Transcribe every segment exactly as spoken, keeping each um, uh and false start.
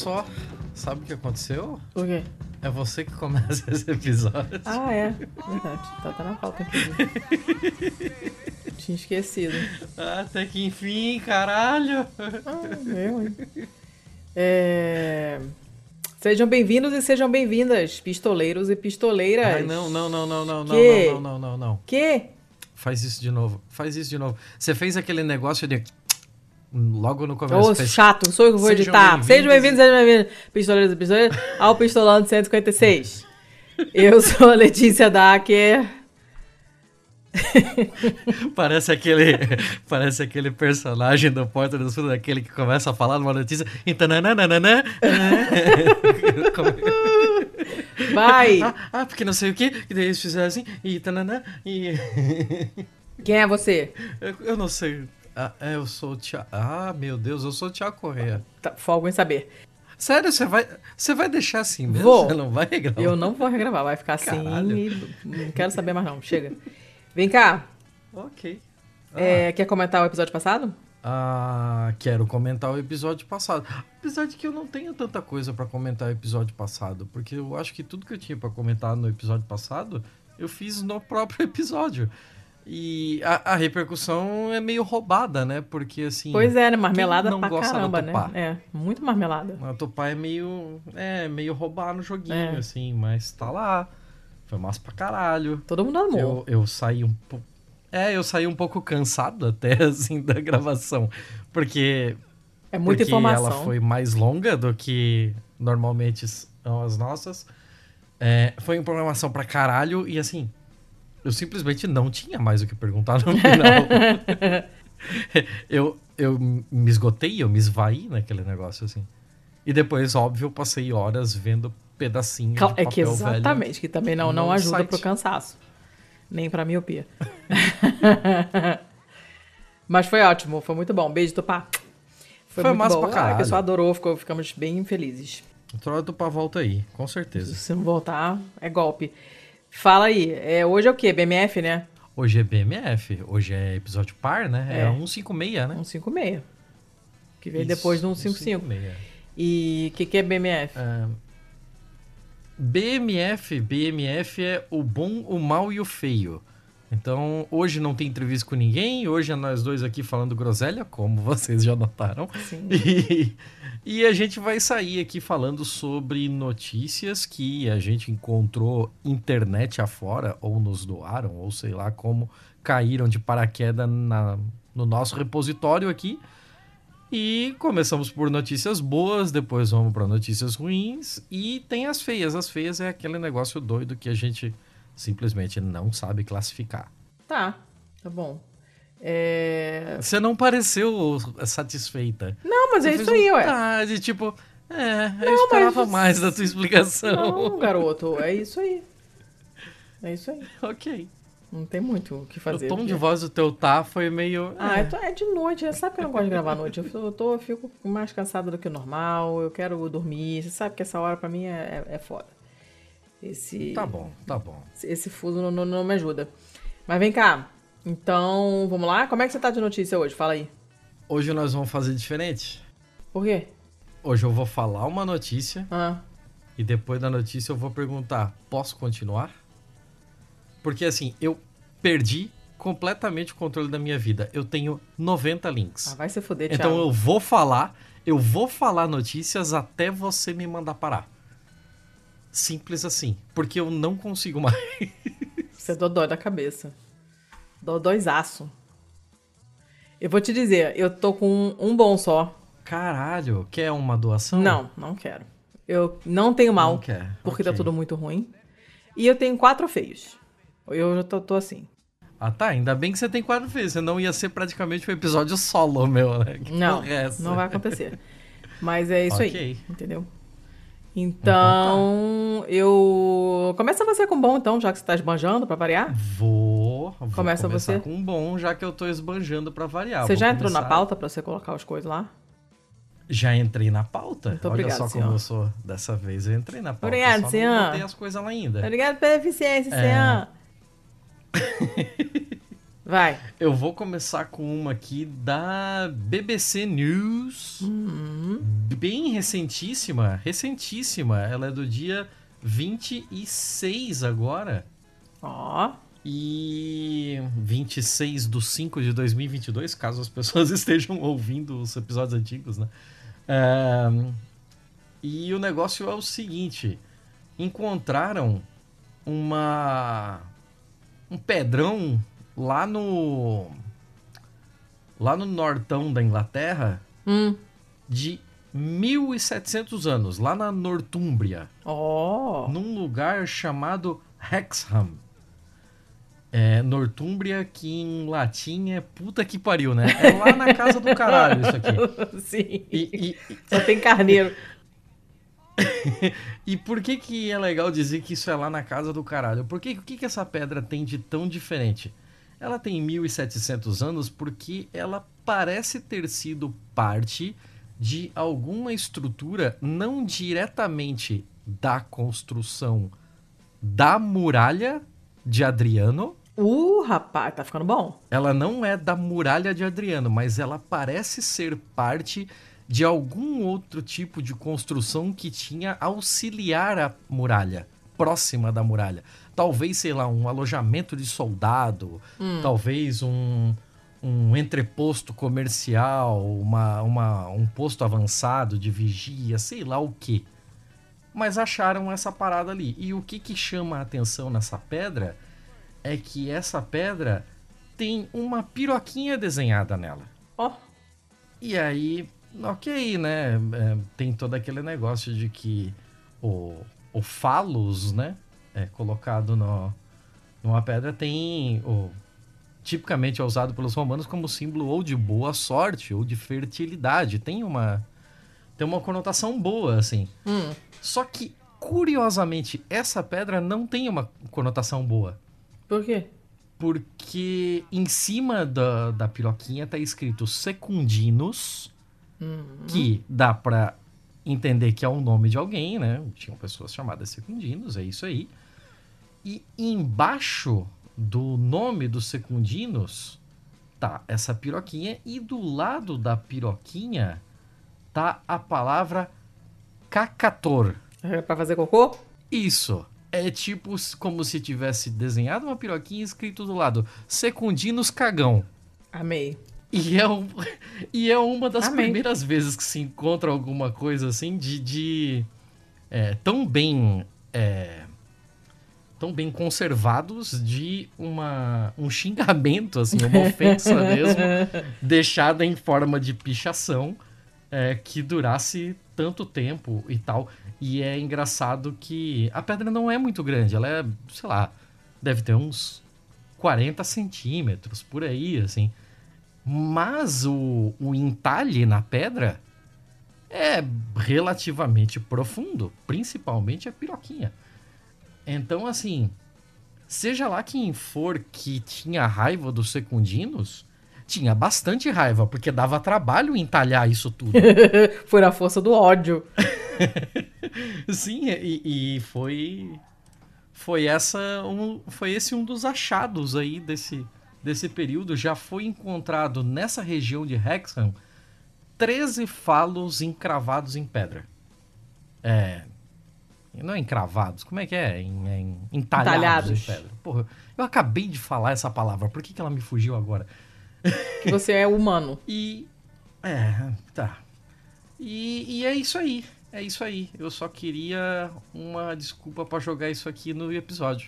só, sabe o que aconteceu? O quê? É você que começa esse episódio. Ah, é. Verdade. Tá até na pauta aqui. Tinha esquecido. Até que enfim, caralho. Ah, eu, hein? É... Sejam bem-vindos e sejam bem-vindas, pistoleiros e pistoleiras. Ai, não, não, não, não, não, Que? não, não, não, não, não. Que? Faz isso de novo, faz isso de novo. Você fez aquele negócio de... Logo no começo. Ô, fez... chato, sou eu que vou Sejam editar. bem-vindos. Sejam bem-vindos, sejam bem-vindos, pistoleiros e pistoleiras, ao Pistolando cento e cinquenta e seis. Eu sou a Letícia Dacker. Parece aquele, parece aquele personagem do Porta dos Fundos, aquele que começa a falar numa notícia. Vai! Ah, ah, porque não sei o que, e daí eles fizeram assim, e tananã, e... Quem é você? Eu, eu não sei. Ah, é, eu sou o Thiago. Ah, meu Deus, eu sou o Thiago Correia. Tá, folgo em saber. Sério, você vai, você vai deixar assim mesmo? Vou. Você não vai regravar? Eu não vou regravar, vai ficar Caralho. assim e não quero saber mais não. Chega. Vem cá. Ok. Ah, É, quer comentar o episódio passado? ah, quero comentar o episódio passado. Apesar de que eu não tenho tanta coisa pra comentar o episódio passado, porque eu acho que tudo que eu tinha pra comentar no episódio passado, eu fiz no próprio episódio. E a, a repercussão é meio roubada, né? Porque assim... Pois é, né? Marmelada quem não pra gosta da caramba, né? Tupá? É, muito marmelada. A Tupá é meio... É, meio roubar no joguinho, É. assim. Mas tá lá. Foi massa pra caralho. Todo mundo amou. Eu, eu saí um pouco... É, eu saí um pouco cansado até, assim, da gravação. Porque... É muita porque informação. ela foi mais longa do que normalmente são as nossas. É, foi informação pra caralho e, assim... Eu simplesmente não tinha mais o que perguntar no final. eu, eu me esgotei, eu me esvaí naquele negócio, assim. E depois, óbvio, eu passei horas vendo pedacinhos Cal- de É papel que exatamente, que também não, não no ajuda site. pro cansaço. Nem pra miopia. Mas foi ótimo, foi muito bom. Beijo, Tupá. Foi, Foi muito massa bom. pra Ah, caralho. o pessoal adorou, ficou, ficamos bem felizes. velho. Troca do pra volta aí, com certeza. Se não voltar, é golpe. Fala aí, é, hoje é o quê? B M F, né? Hoje é B M F, hoje é episódio par, né? É, É. cento e cinquenta e seis, né? cento e cinquenta e seis. Que veio Isso, depois do cento e cento e cinquenta e cinco. cinquenta e seis. E o que, que é B M F? É, B M F, B M F é o bom, o mal e o feio. Então, hoje não tem entrevista com ninguém, hoje é nós dois aqui falando groselha, como vocês já notaram. Sim. E, e a gente vai sair aqui falando sobre notícias que a gente encontrou internet afora, ou nos doaram, ou sei lá como caíram de paraquedas na, no nosso repositório aqui. E começamos por notícias boas, depois vamos para notícias ruins e tem as feias. As feias é aquele negócio doido que a gente simplesmente não sabe classificar. Tá, tá bom. É... Você não pareceu satisfeita. Não, mas Você é fez isso aí, um ué. tá de tipo, é, eu Não, esperava mas- mais da tua explicação. Não, garoto, é isso aí. É isso aí. Ok. Não tem muito o que fazer. O tom de porque- voz do teu tá foi meio... Ah, é. é, tô- é de noite, sabe que eu não gosto de gravar à noite. Eu, tô, eu, tô- eu fico mais cansada do que o normal, eu quero dormir. Você sabe que essa hora pra mim é, é, é foda. Esse, Tá bom, tá bom. esse fuso não, não, não me ajuda. Mas vem cá, então vamos lá? Como é que você tá de notícia hoje? Fala aí. Hoje nós vamos fazer diferente. Por quê? Hoje eu vou falar uma notícia Ah, e depois da notícia eu vou perguntar, posso continuar? Porque assim, eu perdi completamente o controle da minha vida. Eu tenho noventa links. ah vai se fuder, Então Thiago. eu vou falar, eu vou falar notícias até você me mandar parar. Simples assim. Porque eu não consigo mais. Você é dodói da cabeça. Dodóizaço. Eu vou te dizer, eu tô com um, um bom só. Caralho, quer uma doação? Não, não quero. Eu não tenho mal, Não quer. porque Ok. tá tudo muito ruim. E eu tenho quatro feios. Eu já tô, tô assim. Ah tá, ainda bem que você tem quatro vezes. Senão ia ser praticamente um episódio solo, meu, né? Que Não, porra é essa? não vai acontecer. Mas é isso aí, Ok. entendeu? Então Então, eu... Começa você com bom, então, já que você tá esbanjando, pra variar. Vou, vou Começa começar você. com um bom, já que eu tô esbanjando pra variar. você Vou já entrou na começar- pauta pra você colocar as coisas lá? Já entrei na pauta? Muito Olha obrigado, só como senhor. eu sou. Dessa vez eu entrei na pauta. Obrigado, só senhor. não botei as coisas lá ainda. Obrigado pela eficiência, É. senhor. Vai. Eu vou começar com uma aqui da B B C News. Uhum. Bem recentíssima. Recentíssima. Ela é do dia vinte e seis agora. Ó. E vinte e seis de cinco de dois mil e vinte e dois, caso as pessoas estejam ouvindo os episódios antigos, né? É, e o negócio é o seguinte: encontraram uma um pedrão lá no lá no nortão da Inglaterra Hum. de mil e setecentos anos, lá na Nortúmbria, Ó. num lugar chamado Hexham. É, Nortúmbria, que em latim é puta que pariu, né? É lá na casa do caralho isso aqui. Sim. E, e, Só tem carneiro. e por que que é legal dizer que isso é lá na casa do caralho? Porque o que que essa pedra tem de tão diferente? Ela tem mil e setecentos anos porque ela parece ter sido parte de alguma estrutura não diretamente da construção da muralha de Adriano. Uh, rapaz, tá ficando bom. Ela não é da muralha de Adriano, mas ela parece ser parte de algum outro tipo de construção que tinha auxiliar a muralha, próxima da muralha. Talvez, sei lá, um alojamento de soldado, Hum. talvez um, um entreposto comercial, uma, uma, um posto avançado de vigia, sei lá o quê. Mas acharam essa parada ali. E o que, que chama a atenção nessa pedra é que essa pedra tem uma piroquinha desenhada nela. Ó. E aí, ok, né? É, tem todo aquele negócio de que o, o falos, né? É colocado no, numa pedra, tem... O, tipicamente é usado pelos romanos como símbolo ou de boa sorte ou de fertilidade. Tem uma, tem uma conotação boa, assim. Hum. Só que, curiosamente, essa pedra não tem uma conotação boa. Por quê? Porque em cima da, da piroquinha tá escrito Secundinos, Hum. que dá pra entender que é o nome de alguém, né? Tinham pessoas chamadas Secundinos, é isso aí. E embaixo do nome dos Secundinos tá essa piroquinha, e do lado da piroquinha tá a palavra cacator. É pra fazer cocô? Isso. É tipo como se tivesse desenhado uma piroquinha e escrito do lado Secundinos cagão. Amei. E é, um, e é uma das Amei. primeiras vezes que se encontra alguma coisa assim de... de é, tão bem... É, tão bem conservados de uma, um xingamento, assim, uma ofensa mesmo, deixada em forma de pichação, é, que durasse tanto tempo e tal. E é engraçado que a pedra não é muito grande, ela é, sei lá, deve ter uns quarenta centímetros, por aí, assim. Mas o, o entalhe na pedra é relativamente profundo, principalmente a piroquinha. Então, assim, seja lá quem for que tinha raiva dos Secundinos, tinha bastante raiva, porque dava trabalho entalhar isso tudo. Foi na força do ódio. Sim, e, e foi foi essa um, foi esse um dos achados aí desse, desse período. Já foi encontrado nessa região de Hexham treze falos encravados em pedra. É, não é encravados, como é que é? Em, em, entalhados, Entalhados. em pedra. Porra, eu acabei de falar essa palavra, por que, que ela me fugiu agora? Que você é humano. E. É, tá. E, e é isso aí. É isso aí. Eu só queria uma desculpa pra jogar isso aqui no episódio.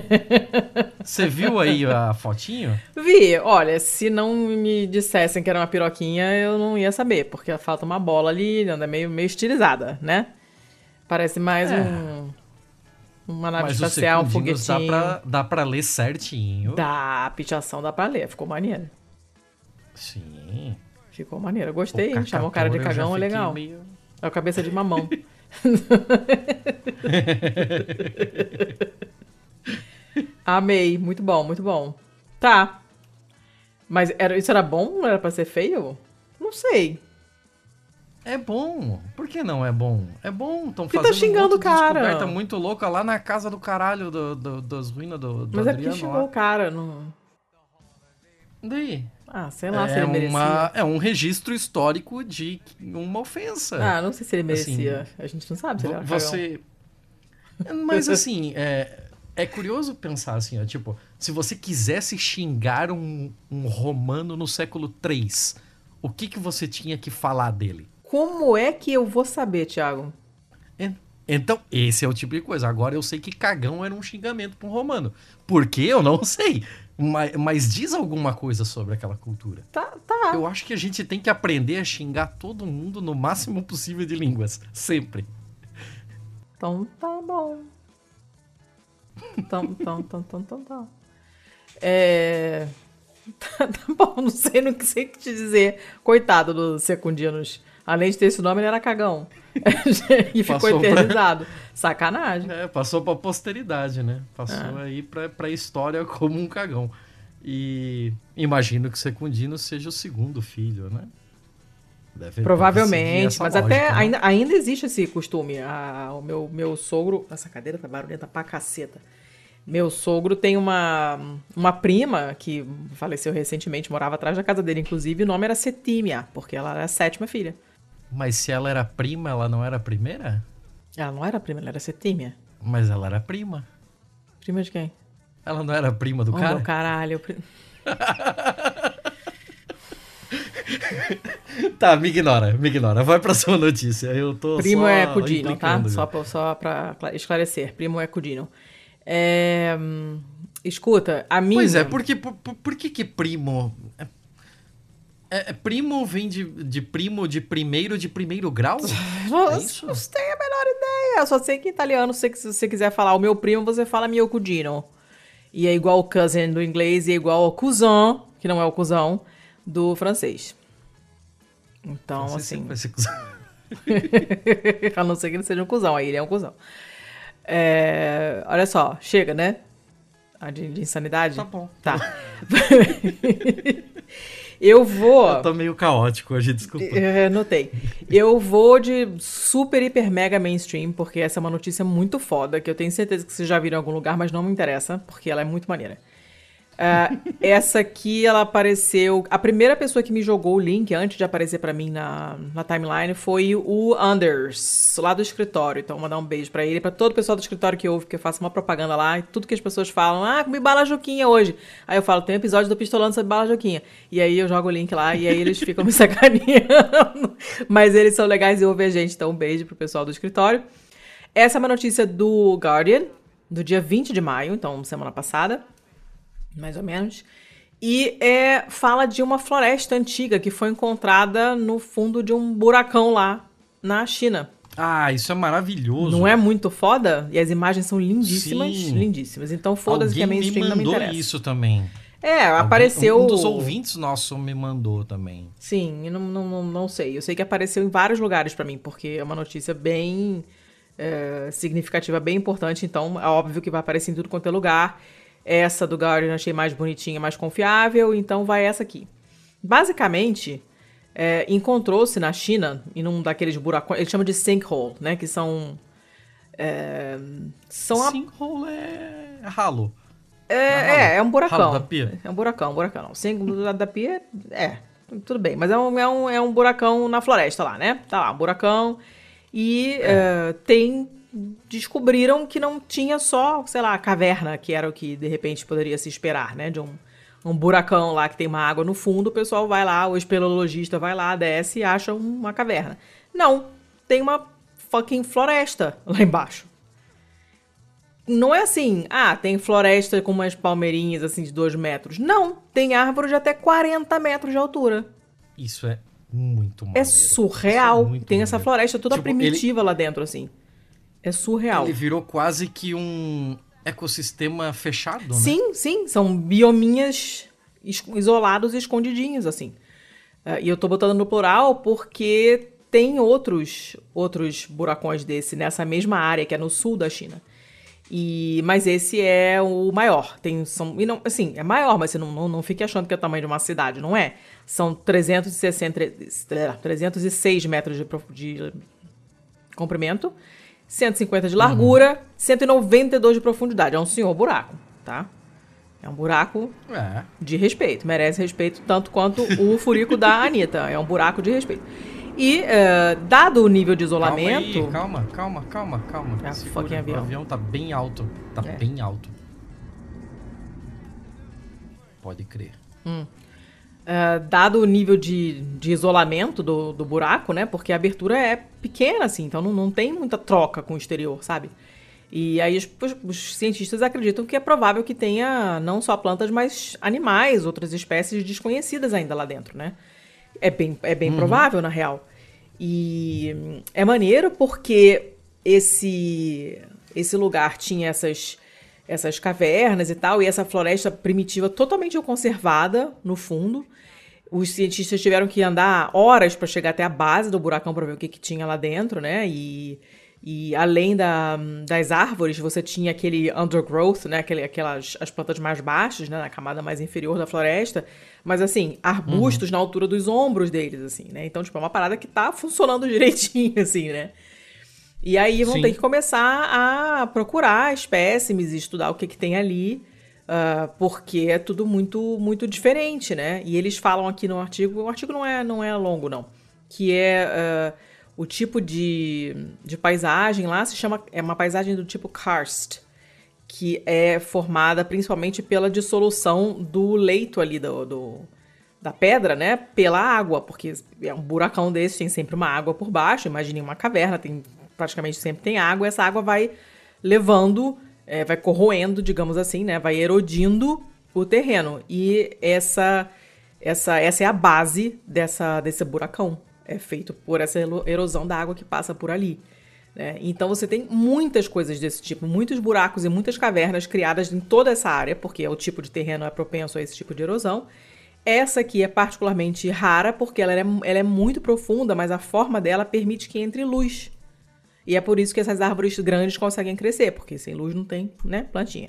Você viu aí a fotinho? Vi, olha, se não me dissessem que era uma piroquinha, eu não ia saber, porque falta uma bola ali, anda meio, meio estilizada, né? Parece mais É. um. Uma nave Mas o espacial, um Secundinos dá foguetinho. pra, dá pra ler certinho. Dá, a pichação dá pra ler, ficou maneiro. Sim. Ficou maneiro. Eu gostei, hein? O Chamou o cara de Cacator eu já cagão, é fiquei legal. meio- É o cabeça de mamão. Amei, muito bom, muito bom. Tá. Mas era, isso era bom? Não era pra ser feio? Não sei. É bom. Por que não é bom? É bom. Estão Porque tá fazendo xingando um monte de o cara. descoberta muito louca lá na casa do caralho do, do- das ruínas do, do Mas é porque Adriano xingou lá. o cara. Não... Daí? Ah, sei lá se É, ele merecia. uma, é um registro histórico de uma ofensa. Ah, não sei se ele merecia. Assim, A gente não sabe se ele era você... Mas assim, é, é curioso pensar assim, ó, tipo, se você quisesse xingar um, um romano no século três, o que, que você tinha que falar dele? Como é que eu vou saber, Thiago? En- Então, esse é o tipo de coisa. Agora eu sei que cagão era um xingamento para um romano. Por quê? Eu não sei. Mas, mas diz alguma coisa sobre aquela cultura. Tá, tá. Eu acho que a gente tem que aprender a xingar todo mundo no máximo possível de línguas. Sempre. Então tá bom. Então, então, então, então, então tá. É... Tá, tá bom, não sei, não sei o que te dizer. Coitado do Secundinos. Além de ter esse nome, ele era cagão. E ficou Passou pra- eternizado. Sacanagem. É, passou pra posteridade, né? Passou Ah. aí pra, pra história como um cagão. E imagino que Secundino seja o segundo filho, né? Deve- deve seguir Provavelmente, essa mas lógica, até né? ainda, ainda existe esse costume. Ah, o meu, meu sogro. Essa cadeira tá barulhenta pra caceta. Meu sogro tem uma, uma prima que faleceu recentemente, morava atrás da casa dele, inclusive, e o nome era Setímia, porque ela era a sétima filha. Mas se ela era prima, ela não era a primeira? Ela não era prima, ela era Setímia. Mas ela era prima. Prima de quem? Ela não era prima do Oh, cara? meu caralho. pri- Tá, me ignora, me ignora. Vai pra sua notícia. Eu tô Primo só é Cudino, tá? implicando, Só já. pra, só pra cla- esclarecer. Primo é Cudino. É, hum, escuta, a minha... Pois é, por que, por, por- por que que primo... É, é- é primo vem de, de primo de primeiro de primeiro grau? Não, É não isso? tenho a menor ideia. Eu só sei que em italiano, se se você quiser falar o meu primo, você fala mio cugino. E é igual o cousin do inglês e é igual ao cousin, que não é o cuzão, do francês. Então, Você assim... sempre vai ser cuzão. A não ser que ele seja um cuzão, aí ele é um cuzão. É, olha só, chega, né? A de, de insanidade? Tá bom. Tá. Eu vou... Eu tô meio caótico hoje, desculpa. É, notei. Eu vou de super, hiper, mega mainstream, porque essa é uma notícia muito foda, que eu tenho certeza que vocês já viram em algum lugar, mas não me interessa, porque ela é muito maneira. Ah, essa aqui, ela apareceu... A primeira pessoa que me jogou o link, antes de aparecer pra mim na, na timeline, foi o Anders, lá do escritório. Então, vou mandar um beijo pra ele, pra todo o pessoal do escritório que ouve, que eu faço uma propaganda lá, e tudo que as pessoas falam, ah, comi bala Juquinha hoje. Aí eu falo, tem um episódio do Pistolando sobre bala Juquinha. E aí eu jogo o link lá, e aí eles ficam me sacaneando. Mas eles são legais e ouvem a gente, então um beijo pro pessoal do escritório. Essa é uma notícia do Guardian, do dia vinte de maio, então semana passada. Mais ou menos. E é, fala de uma floresta antiga que foi encontrada no fundo de um buracão lá na China. Ah, isso é maravilhoso. Não é muito foda? E as imagens são lindíssimas, Sim. lindíssimas. Então foda-se que é Alguém me mainstream, não me mandou interessa. isso também. É, Alguém- apareceu... Um dos ouvintes nosso me mandou também. Sim, eu não, não, não, não sei. Eu sei que apareceu em vários lugares pra mim, porque é uma notícia bem é, significativa, bem importante. Então é óbvio que vai aparecer em tudo quanto é lugar. Essa do Guardian eu achei mais bonitinha, mais confiável, então vai essa aqui. Basicamente, é, encontrou-se na China, em um daqueles buracões, eles chamam de sinkhole, né, que são... É, são a- Sinkhole é ralo. é, é, é um buracão. Ralo da pia. É um buracão, um buracão. Não. Sinkhole do lado da pia, é, tudo bem, mas é um, é, um, é um buracão na floresta lá, né? Tá lá, um buracão, e é, tem... descobriram que não tinha só, sei lá, caverna, que era o que de repente poderia se esperar, né? De um, um buracão lá que tem uma água no fundo, o pessoal vai lá, o espeleologista vai lá, desce e acha uma caverna. Não, tem uma fucking floresta lá embaixo. Não é assim, ah, tem floresta com umas palmeirinhas assim de dois metros. Não, tem árvore de até quarenta metros de altura. Isso é muito É maneiro. surreal. Isso é muito Tem essa maneiro. floresta toda Tipo, primitiva lá dentro, assim. É surreal. Ele virou quase que um ecossistema fechado, né? Sim, sim, são biominhas es- isolados e escondidinhos, assim. Ah, e eu tô botando no plural porque tem outros, outros buracões desse nessa mesma área, que é no sul da China. E, mas esse é o maior. Tem, são, e não, assim, é maior, mas você não, não, não fique achando que é o tamanho de uma cidade, não é? São trezentos e sessenta, trezentos e seis metros de, prof- de comprimento, cento e cinquenta de largura, cento e noventa e dois de profundidade. É um senhor buraco, tá? É um buraco É. de respeito. Merece respeito tanto quanto o furico da Anitta. É um buraco de respeito. E, uh, dado o nível de isolamento... Calma aí, calma, calma, calma, calma. É, Segura, fucking avião. O avião tá bem alto. Tá É. bem alto. Pode crer. Hum. Uh, dado o nível de, de isolamento do, do buraco, né? Porque a abertura é pequena, assim. Então não, não tem muita troca com o exterior, sabe? E aí os, os, os cientistas acreditam que é provável que tenha não só plantas, mas animais, outras espécies desconhecidas ainda lá dentro, né? É bem, é bem uhum. provável, na real. E é maneiro porque esse, esse lugar tinha essas, essas cavernas e tal, e essa floresta primitiva totalmente conservada no fundo. Os cientistas tiveram que andar horas para chegar até a base do buracão para ver o que, que tinha lá dentro, né? E... E além da, das árvores, você tinha aquele undergrowth, né? Aquele, aquelas as plantas mais baixas, né? Na camada mais inferior da floresta. Mas, assim, arbustos uhum. na altura dos ombros deles, assim, né? Então, tipo, é uma parada que tá funcionando direitinho, assim, né? E aí vão Sim. ter que começar a procurar espécimes e estudar o que que tem ali, uh, porque é tudo muito, muito diferente, né? E eles falam aqui no artigo... O artigo não é, não é longo, não. Que é... Uh, o tipo de, de paisagem lá se chama... É uma paisagem do tipo karst, que é formada principalmente pela dissolução do leito ali do, do, da pedra, né? Pela água, porque é um buracão desse, tem sempre uma água por baixo. Imagine uma caverna, tem, praticamente sempre tem água. E essa água vai levando, é, vai corroendo, digamos assim, né? Vai erodindo o terreno. E essa, essa, essa é a base dessa, desse buracão. É feito por essa erosão da água que passa por ali, né? Então você tem muitas coisas desse tipo, muitos buracos e muitas cavernas criadas em toda essa área, porque o tipo de terreno é propenso a esse tipo de erosão. Essa aqui é particularmente rara, porque ela é, ela é muito profunda, mas a forma dela permite que entre luz. E é por isso que essas árvores grandes conseguem crescer, porque sem luz não tem, né, plantinha.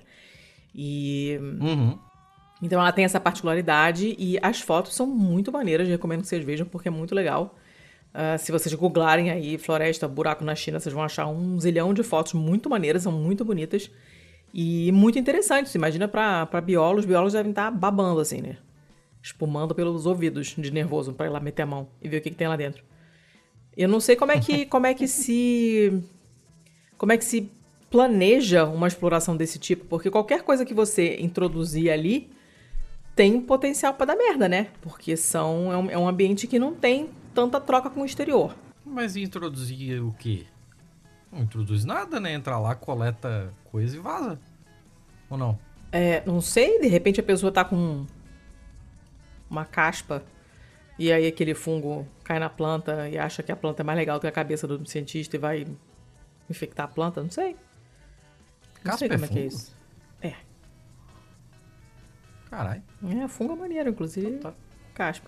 E... Uhum. Então ela tem essa particularidade e as fotos são muito maneiras, recomendo que vocês vejam, porque é muito legal. Uh, se vocês googlarem aí floresta, buraco na China, vocês vão achar um zilhão de fotos muito maneiras, são muito bonitas e muito interessantes. Imagina para biólogos, os biólogos devem estar babando assim, né? Espumando pelos ouvidos de nervoso para ir lá meter a mão e ver o que, que tem lá dentro. Eu não sei como é que, como é que se... Como é que se planeja uma exploração desse tipo, porque qualquer coisa que você introduzir ali tem potencial para dar merda, né? Porque são, é, um, é um ambiente que não tem tanta troca com o exterior. Mas introduzir o quê? Não introduz nada, né? Entra lá, coleta coisa e vaza. Ou não? É, não sei, de repente a pessoa tá com uma caspa e aí aquele fungo cai na planta e acha que a planta é mais legal do que a cabeça do cientista e vai infectar a planta, não sei. Não caspa sei como é, é que é isso. É. Caralho. É, fungo é maneiro, inclusive. Tá. Caspa.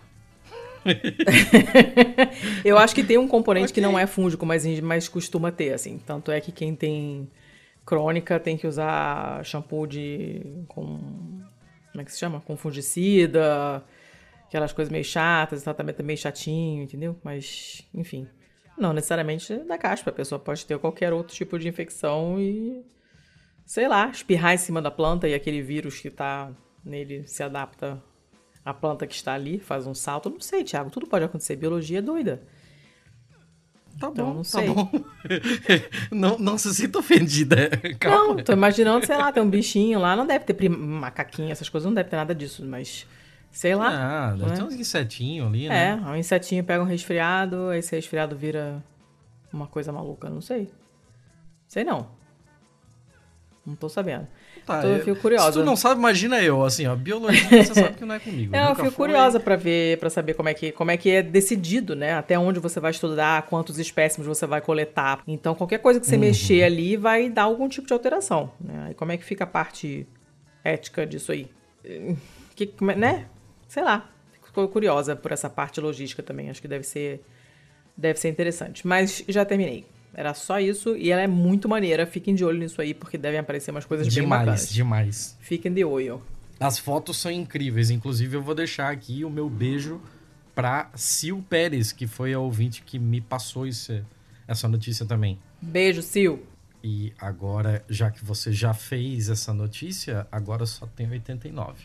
Eu acho que tem um componente okay. que não é fúngico, mas, mas costuma ter, assim. Tanto é que quem tem crônica tem que usar shampoo de... com... como é que se chama? Com fungicida, aquelas coisas meio chatas, tratamento meio chatinho, entendeu? Mas, enfim. Não necessariamente da caspa. A pessoa pode ter qualquer outro tipo de infecção e, sei lá, espirrar em cima da planta e aquele vírus que tá nele se adapta à planta que está ali, faz um salto. Não sei, Thiago, tudo pode acontecer. Biologia é doida. Tá então, bom, não tá sei. bom. não, não se sinta ofendida. Calma. Não, tô imaginando, sei lá, tem um bichinho lá, não deve ter prim... macaquinho, essas coisas, não deve ter nada disso, mas sei lá. Ah, deve né? ter uns insetinhos ali, né? É, um insetinho pega um resfriado, aí esse resfriado vira uma coisa maluca, não sei. Sei não. Não tô sabendo. Tá, então, eu fico curiosa. Se tu não sabe, imagina eu, assim, ó, biologia você sabe que não é comigo. É, eu Nunca fico foi... curiosa pra ver, para saber como é, que, como é que é decidido, né? Até onde você vai estudar, quantos espécimes você vai coletar. Então, qualquer coisa que você uhum. mexer ali vai dar algum tipo de alteração, né? E como é que fica a parte ética disso aí? Que, né? Sei lá. Fico curiosa por essa parte logística também. Acho que deve ser, deve ser interessante. Mas já terminei. Era só isso e ela é muito maneira. Fiquem de olho nisso aí, porque devem aparecer umas coisas demais, bem bacanas. Demais, demais. Fiquem de olho. As fotos são incríveis. Inclusive, eu vou deixar aqui o meu beijo pra Sil Pérez, que foi a ouvinte que me passou isso, essa notícia também. Beijo, Sil. E agora, já que você já fez essa notícia, agora só tem oitenta e nove.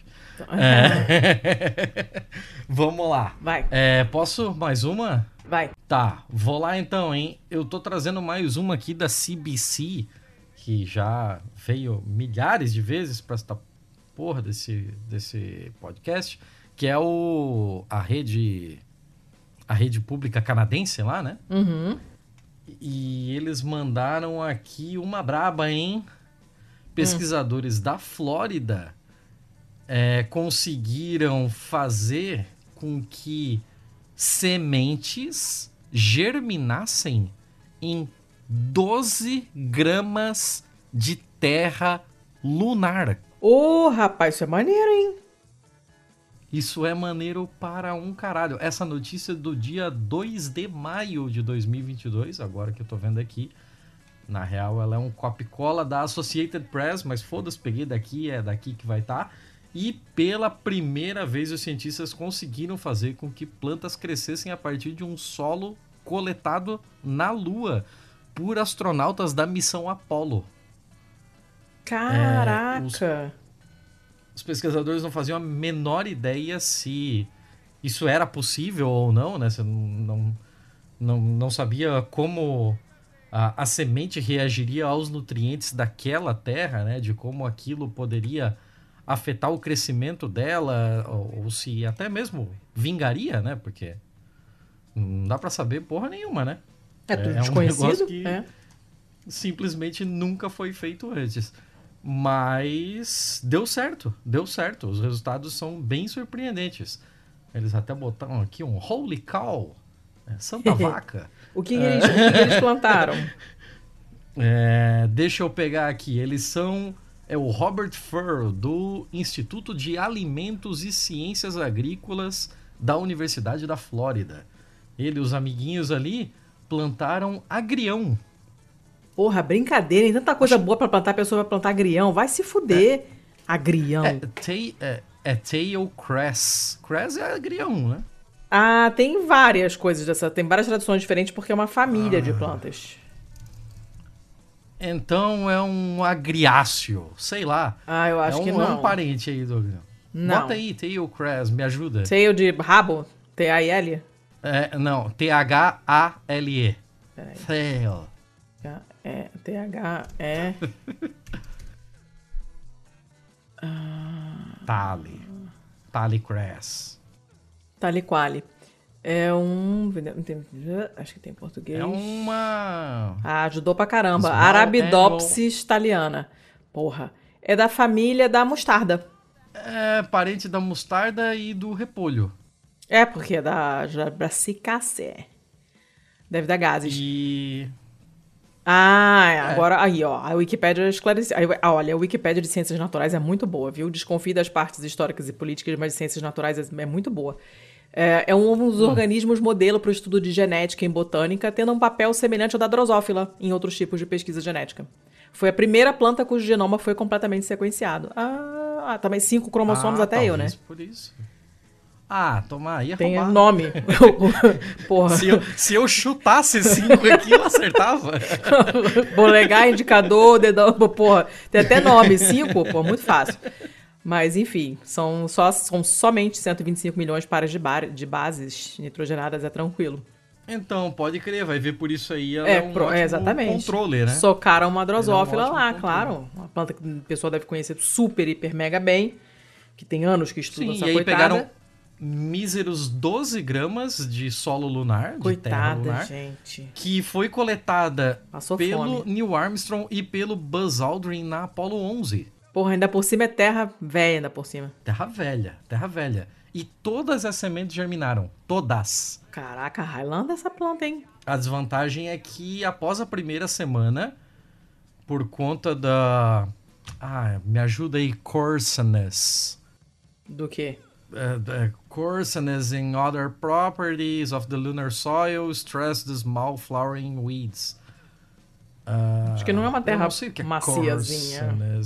É... Vamos lá. Vai. É, posso mais uma? Vai. Tá, vou lá então, hein? Eu tô trazendo mais uma aqui da C B C, que já veio milhares de vezes para esta porra desse, desse podcast, que é o, a rede a rede pública canadense lá, né? Uhum. E eles mandaram aqui uma braba, hein? Pesquisadores hum. da Flórida é, conseguiram fazer com que sementes germinassem em doze gramas de terra lunar. Ô, oh, rapaz, isso é maneiro, hein? Isso é maneiro para um caralho. Essa notícia do dia dois de maio de dois mil e vinte e dois, agora que eu tô vendo aqui. Na real, ela é um copy-cola da Associated Press, mas foda-se, peguei daqui, é daqui que vai estar. Tá. E pela primeira vez os cientistas conseguiram fazer com que plantas crescessem a partir de um solo coletado na Lua por astronautas da missão Apollo. Caraca! É, os... Os pesquisadores não faziam a menor ideia se isso era possível ou não, né? Você não, não, não sabia como a, a semente reagiria aos nutrientes daquela terra, né? De como aquilo poderia afetar o crescimento dela, ou, ou se até mesmo vingaria, né? Porque não dá pra saber porra nenhuma, né? É tudo é desconhecido, um negócio que é. simplesmente nunca foi feito antes. Mas deu certo, deu certo. Os resultados são bem surpreendentes. Eles até botaram aqui um holy cow, é, santa vaca. O que, eles, é... o que eles plantaram? É, deixa eu pegar aqui. Eles são é o Robert Furrow, do Instituto de Alimentos e Ciências Agrícolas da Universidade da Flórida. Ele e os amiguinhos ali plantaram agrião. Porra, brincadeira, hein? Tanta coisa boa pra plantar, a pessoa vai plantar agrião. Vai se fuder. É, agrião. É, te, é, é tail cress. Cress é agrião, né? Ah, tem várias coisas dessa. Tem várias traduções diferentes porque é uma família ah. de plantas. Então é um agriáceo, sei lá. Ah, eu acho é um, que não. É um parente aí do agrião. Não. Bota aí, tail cress, me ajuda. Tail de rabo? T A I L? É, não, T H A L E. Peraí. Tail. É, T H E... ah... Tali. Tali cress. Tali quali. É um... Acho que tem em português. É uma... Ah, ajudou pra caramba. Small Arabidopsis thaliana. Porra. É da família da mostarda. É parente da mostarda e do repolho. É, porque é da Brassicaceae. Deve dar gases. E... Ah, agora, é. aí, ó, a Wikipédia esclareceu. Olha, a Wikipédia de Ciências Naturais é muito boa, viu? Desconfie das partes históricas e políticas, mas de Ciências Naturais é muito boa. É, é um dos hum. organismos modelo para o estudo de genética em botânica, tendo um papel semelhante ao da drosófila em outros tipos de pesquisa genética. Foi a primeira planta cujo genoma foi completamente sequenciado. Ah, também cinco cromossomos ah, até eu, né? Por isso. Ah, toma, ia Tem roubar. nome. Porra. Se eu, se eu chutasse cinco aqui, eu acertava. Polegar, indicador, dedão, porra. Tem até nome. Cinco, pô, muito fácil. Mas, enfim, são, só, são somente cento e vinte e cinco milhões de pares de, bar, de bases nitrogenadas, é tranquilo. Então, pode crer, vai ver por isso aí. Ela é, é um pro, ótimo é exatamente. controle, né? Socaram uma drosófila é um lá, controle. claro. Uma planta que a pessoa deve conhecer super, hiper, mega bem. Que tem anos que estuda Sim, essa e aí coitada. pegaram míseros doze gramas de solo lunar, coitada, de terra lunar, gente. Que foi coletada Passou pelo fome. Neil Armstrong e pelo Buzz Aldrin na Apollo onze. Porra, ainda por cima é terra velha, ainda por cima. Terra velha, terra velha. E todas as sementes germinaram, todas. Caraca, Highlander essa planta, hein? A desvantagem é que após a primeira semana, por conta da... Ah, me ajuda aí, coarseness. Do quê? Uh, the coarseness in other properties of the lunar soil stress the small flowering weeds. Uh, Acho que não é uma terra que é maciazinha.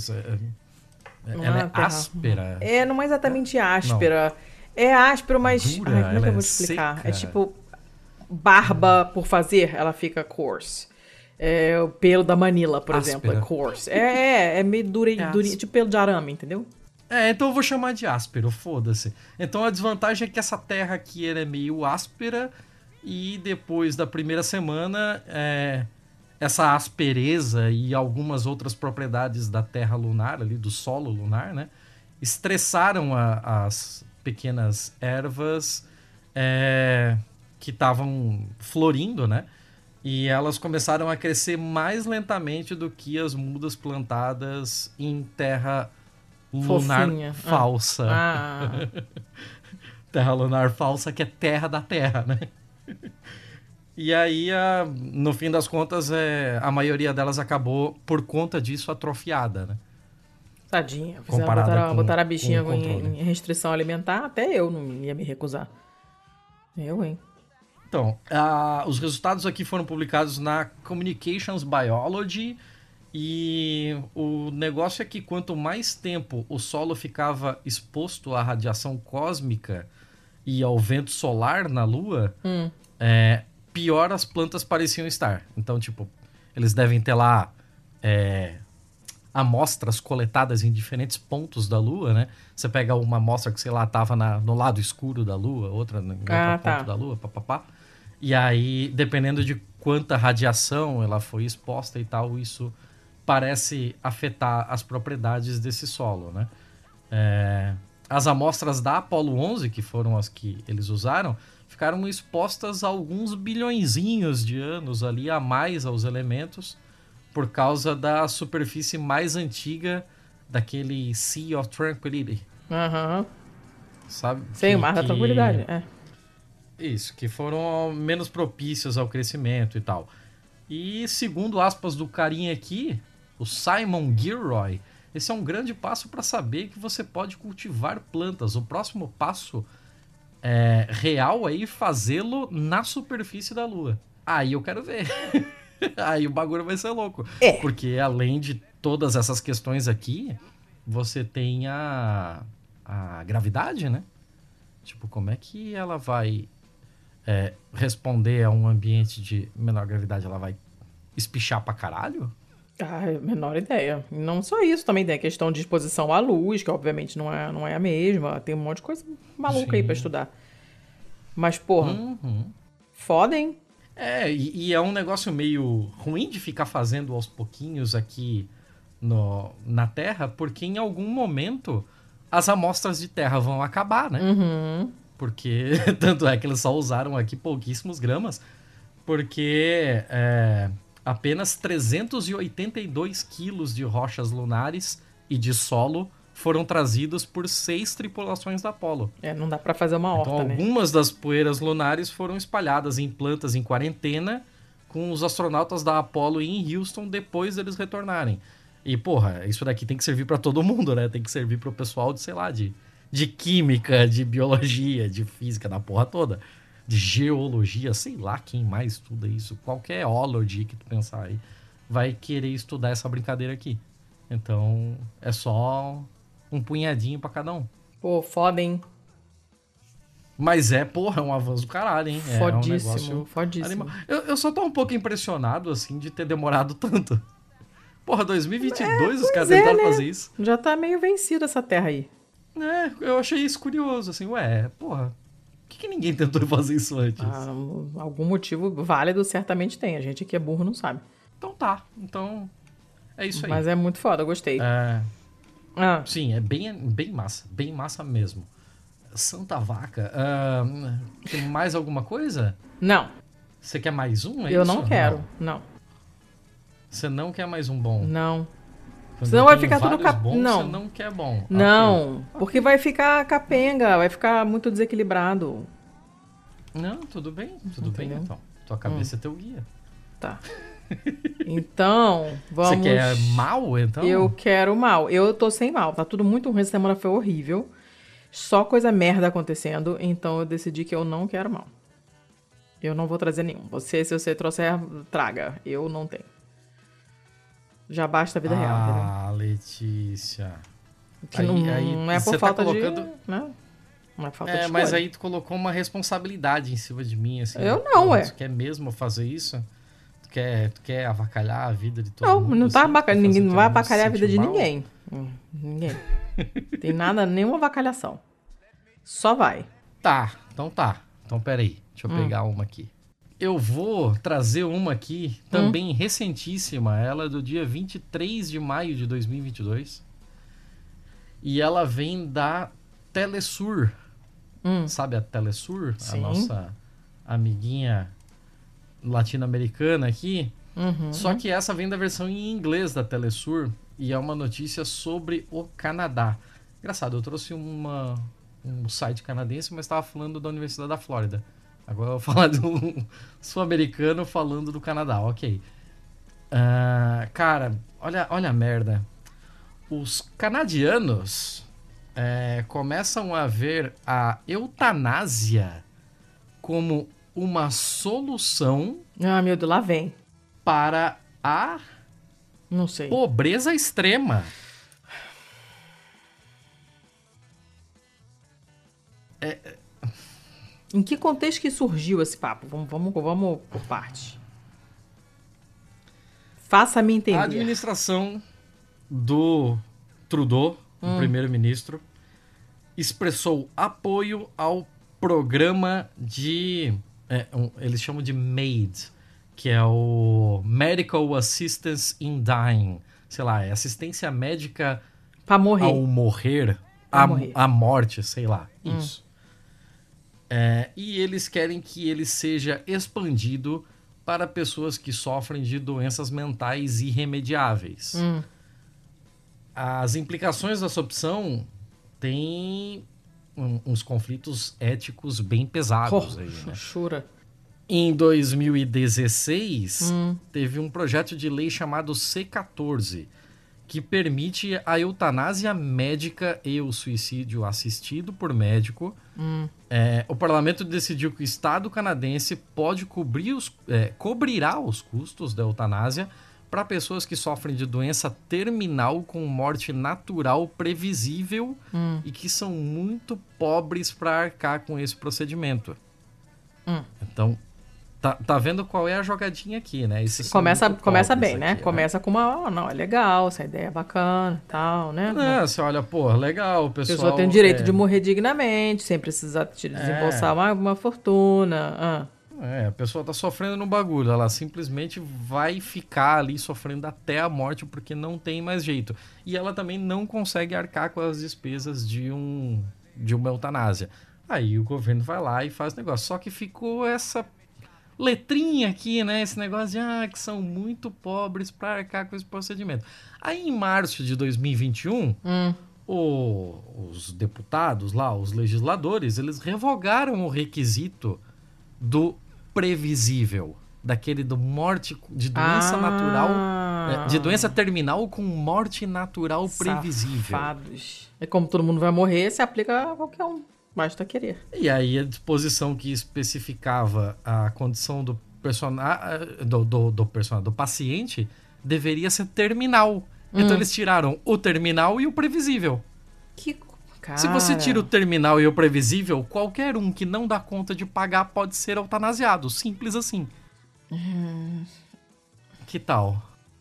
É, é, não ela é, é terra... áspera. É, não é exatamente áspera. Não. É áspero, mas... Dura, Ai, como é que eu vou é explicar? seca. É tipo barba por fazer, ela fica coarse. É, o pelo da Manila, por Áspera. exemplo, é coarse. É, é, é meio durinho, É durinho, tipo pelo de arame, entendeu? É, então eu vou chamar de áspero, foda-se. Então a desvantagem é que essa terra aqui ela é meio áspera e depois da primeira semana, é, essa aspereza e algumas outras propriedades da terra lunar, ali do solo lunar, né? Estressaram a- as pequenas ervas é, que estavam florindo, né? E elas começaram a crescer mais lentamente do que as mudas plantadas em terra lunar Fofinha. Ah. falsa. Ah. Terra lunar falsa, que é terra da terra, né? E aí, a- no fim das contas, é, a maioria delas acabou, por conta disso, atrofiada, né? Tadinha. Fizeram, Comparada botaram, com, botaram a com bichinha o controle. em, em restrição alimentar, até eu não ia me recusar. Eu, hein? Então, ah, os resultados aqui foram publicados na Communications Biology e o negócio é que quanto mais tempo o solo ficava exposto à radiação cósmica e ao vento solar na Lua, Hum. é, pior as plantas pareciam estar. Então, tipo, eles devem ter lá é, amostras coletadas em diferentes pontos da Lua, né? Você pega uma amostra que, sei lá, tava na, no lado escuro da Lua, outra em outro Ah, ponto tá. da Lua, papapá. E aí, dependendo de quanta radiação ela foi exposta e tal, isso parece afetar as propriedades desse solo, né? É, as amostras da Apollo onze, que foram as que eles usaram, ficaram expostas a alguns bilhõezinhos de anos ali a mais aos elementos por causa da superfície mais antiga daquele Sea of Tranquility, Aham. sabe? Sei, Que- o mar da que- tranquilidade. É. Isso, que foram menos propícios ao crescimento e tal. E segundo aspas do carinha aqui, o Simon Gilroy, esse é um grande passo para saber que você pode cultivar plantas. O próximo passo é, real é ir fazê-lo na superfície da Lua. Aí eu quero ver. Aí o bagulho vai ser louco. É. Porque além de todas essas questões aqui, você tem a, a gravidade, né? Tipo, como é que ela vai é, responder a um ambiente de menor gravidade? Ela vai espichar pra caralho? Ah, menor ideia. E não só isso, também tem a questão de exposição à luz, que obviamente não é, não é a mesma. Tem um monte de coisa maluca aí Sim. pra estudar. Mas, porra, Uhum. foda, hein? É, e, e é um negócio meio ruim de ficar fazendo aos pouquinhos aqui no, na Terra, porque em algum momento as amostras de terra vão acabar, né? Uhum. Porque tanto é que eles só usaram aqui pouquíssimos gramas, porque é, apenas trezentos e oitenta e dois quilos de rochas lunares e de solo foram trazidos por seis tripulações da Apollo. É, não dá pra fazer uma horta, Então, né? algumas das poeiras lunares foram espalhadas em plantas em quarentena com os astronautas da Apollo em Houston depois deles retornarem. E, porra, isso daqui tem que servir pra todo mundo, né? Tem que servir pro pessoal de, sei lá, de, de química, de biologia, de física, da porra toda. De geologia, sei lá quem mais estuda isso. Qualquer ology que tu pensar aí vai querer estudar essa brincadeira aqui. Então, é só um punhadinho pra cada um. Pô, foda, hein? Mas é, porra, é um avanço do caralho, hein? É um Fodíssimo, negócio fodíssimo. animal. Eu, eu só tô um pouco impressionado, assim, de ter demorado tanto. Porra, dois mil e vinte e dois os caras é, tentaram né? fazer isso. Já tá meio vencida essa terra aí. É, eu achei isso curioso, assim, ué, porra, por que, que ninguém tentou fazer isso antes? Ah, algum motivo válido certamente tem. A gente aqui é burro, não sabe. Então tá, então é isso aí. Mas é muito foda, eu gostei. É, Ah, sim, é bem, bem massa, bem massa mesmo. Santa Vaca, ah, tem mais alguma coisa? não, Você quer mais um? É eu isso? não quero. Não, Você não quer mais um bom? não. Quando Senão vai tem ficar tudo vários cap... bons, Não. Você não quer bom. Ok. Não, porque vai ficar capenga, vai ficar muito desequilibrado. Não, tudo bem, tudo Entendeu? bem então. Tua cabeça é teu guia. Tá. Então, vamos... Você quer mal, então? Eu quero mal. Eu tô sem mal. Tá tudo muito ruim. Essa semana foi horrível. Só coisa merda acontecendo. Então eu decidi que eu não quero mal. Eu não vou trazer nenhum. Você, se você trouxer, traga. Eu não tenho. Já basta a vida real, entendeu? Ah, Letícia. Que aí- não, aí não é por você tá falta colocando- de... Né? Não é falta É, de mas escolha. aí tu colocou uma responsabilidade em cima de mim, assim. Eu né? não, Pô, ué. Você quer mesmo fazer isso? Tu quer, tu quer avacalhar a vida de todo Não, mundo? não tá assim? abaca... Quer ninguém fazer não todo vai mundo se abacalhar a vida sentir de mal? ninguém. Hum, Ninguém. Tem nada, nenhuma avacalhação. Só vai. Tá, então tá. Então peraí, deixa eu Hum. pegar uma aqui. Eu vou trazer uma aqui, também recentíssima. Ela é do dia vinte e três de maio de dois mil e vinte e dois. E ela vem da Telesur. Hum. Sabe a Telesur? Sim. A nossa amiguinha latino-americana aqui. Uhum. Só que essa vem da versão em inglês da Telesur. E é uma notícia sobre o Canadá. Engraçado, eu trouxe uma, um site canadense, mas estava falando da Universidade da Flórida. Agora eu vou falar de um sul-americano falando do Canadá, ok. Uh, cara, olha, olha a merda. Os canadianos é, começam a ver a eutanásia como uma solução Ah, meu Deus, lá vem. para a Não sei. pobreza extrema. É, Em que contexto que surgiu esse papo? Vamos, vamos, vamos por parte. Faça-me entender. a administração do Trudeau, Hum. o primeiro-ministro, expressou apoio ao programa de... é, um, eles chamam de MAID, que é o Medical Assistance in Dying. Sei lá, é assistência médica Pra morrer. ao morrer, Pra a, morrer. a morte, sei lá. Hum. Isso. É, e eles querem que ele seja expandido para pessoas que sofrem de doenças mentais irremediáveis. Hum. As implicações dessa opção têm um, uns conflitos éticos bem pesados Oh, aí, né? Chura. Em dois mil e dezesseis, Hum. teve um projeto de lei chamado C quatorze, que permite a eutanásia médica e o suicídio assistido por médico. Hum. É, o parlamento decidiu que o Estado canadense pode cobrir os, é, cobrirá os custos da eutanásia para pessoas que sofrem de doença terminal com morte natural previsível Hum. e que são muito pobres para arcar com esse procedimento. Hum. Então, tá, tá vendo qual é a jogadinha aqui, né? Esses são Começa, muito começa pobres bem, né? aqui, Começa com uma... Oh, não, é legal, essa ideia é bacana e tal, né? É, você olha, pô, legal, o A pessoal... pessoa tem o direito é, de morrer dignamente, sem precisar te desembolsar uma, uma fortuna. Ah. É, a pessoa tá sofrendo no bagulho, ela simplesmente vai ficar ali sofrendo até a morte porque não tem mais jeito. E ela também não consegue arcar com as despesas de, um, de uma eutanásia. Aí o governo vai lá e faz o negócio. Só que ficou essa letrinha aqui, né? Esse negócio de ah, que são muito pobres para arcar com esse procedimento. Aí em março de dois mil e vinte e um, Hum. o, os deputados lá, os legisladores, eles revogaram o requisito do previsível, daquele do morte de doença Ah. natural, é, de doença terminal com morte natural previsível. Safados. É como todo mundo vai morrer, se aplica a qualquer um. Basta querer. E aí a disposição que especificava a condição do personagem do, do, do, person do paciente deveria ser terminal. Hum. Então eles tiraram o terminal e o previsível. Que cara... Se você tira o terminal e o previsível, qualquer um que não dá conta de pagar pode ser eutanasiado. Simples assim. Hum. Que tal?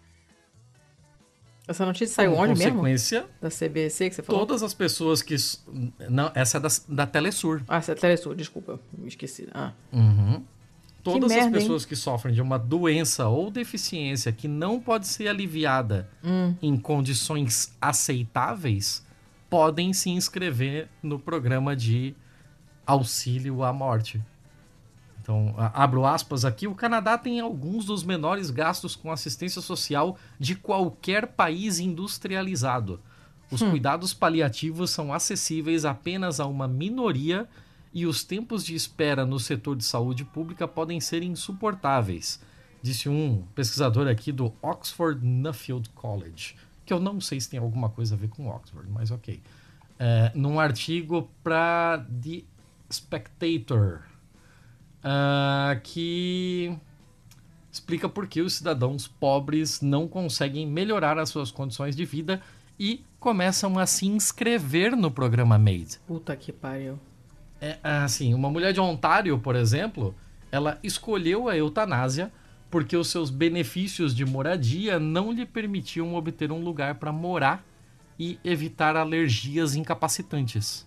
Essa notícia saiu Como onde mesmo? consequência, Da C B C que você falou? todas as pessoas que... Não, essa é da, da Telesur. Ah, essa é a Telesur, desculpa. Me esqueci. Ah. Uhum. Todas as merda, pessoas que sofrem de uma doença ou deficiência que não pode ser aliviada Hum. em condições aceitáveis podem se inscrever no programa de auxílio à morte. Então, abro aspas aqui, o Canadá tem alguns dos menores gastos com assistência social de qualquer país industrializado. Os Hum. cuidados paliativos são acessíveis apenas a uma minoria e os tempos de espera no setor de saúde pública podem ser insuportáveis, disse um pesquisador aqui do Oxford Nuffield College, que eu não sei se tem alguma coisa a ver com Oxford, mas ok. É, num artigo para The Spectator, uh, que explica por que os cidadãos pobres não conseguem melhorar as suas condições de vida e começam a se inscrever no programa MAID. Puta que pariu. É, assim, uma mulher de Ontário, por exemplo, ela escolheu a eutanásia porque os seus benefícios de moradia não lhe permitiam obter um lugar para morar e evitar alergias incapacitantes.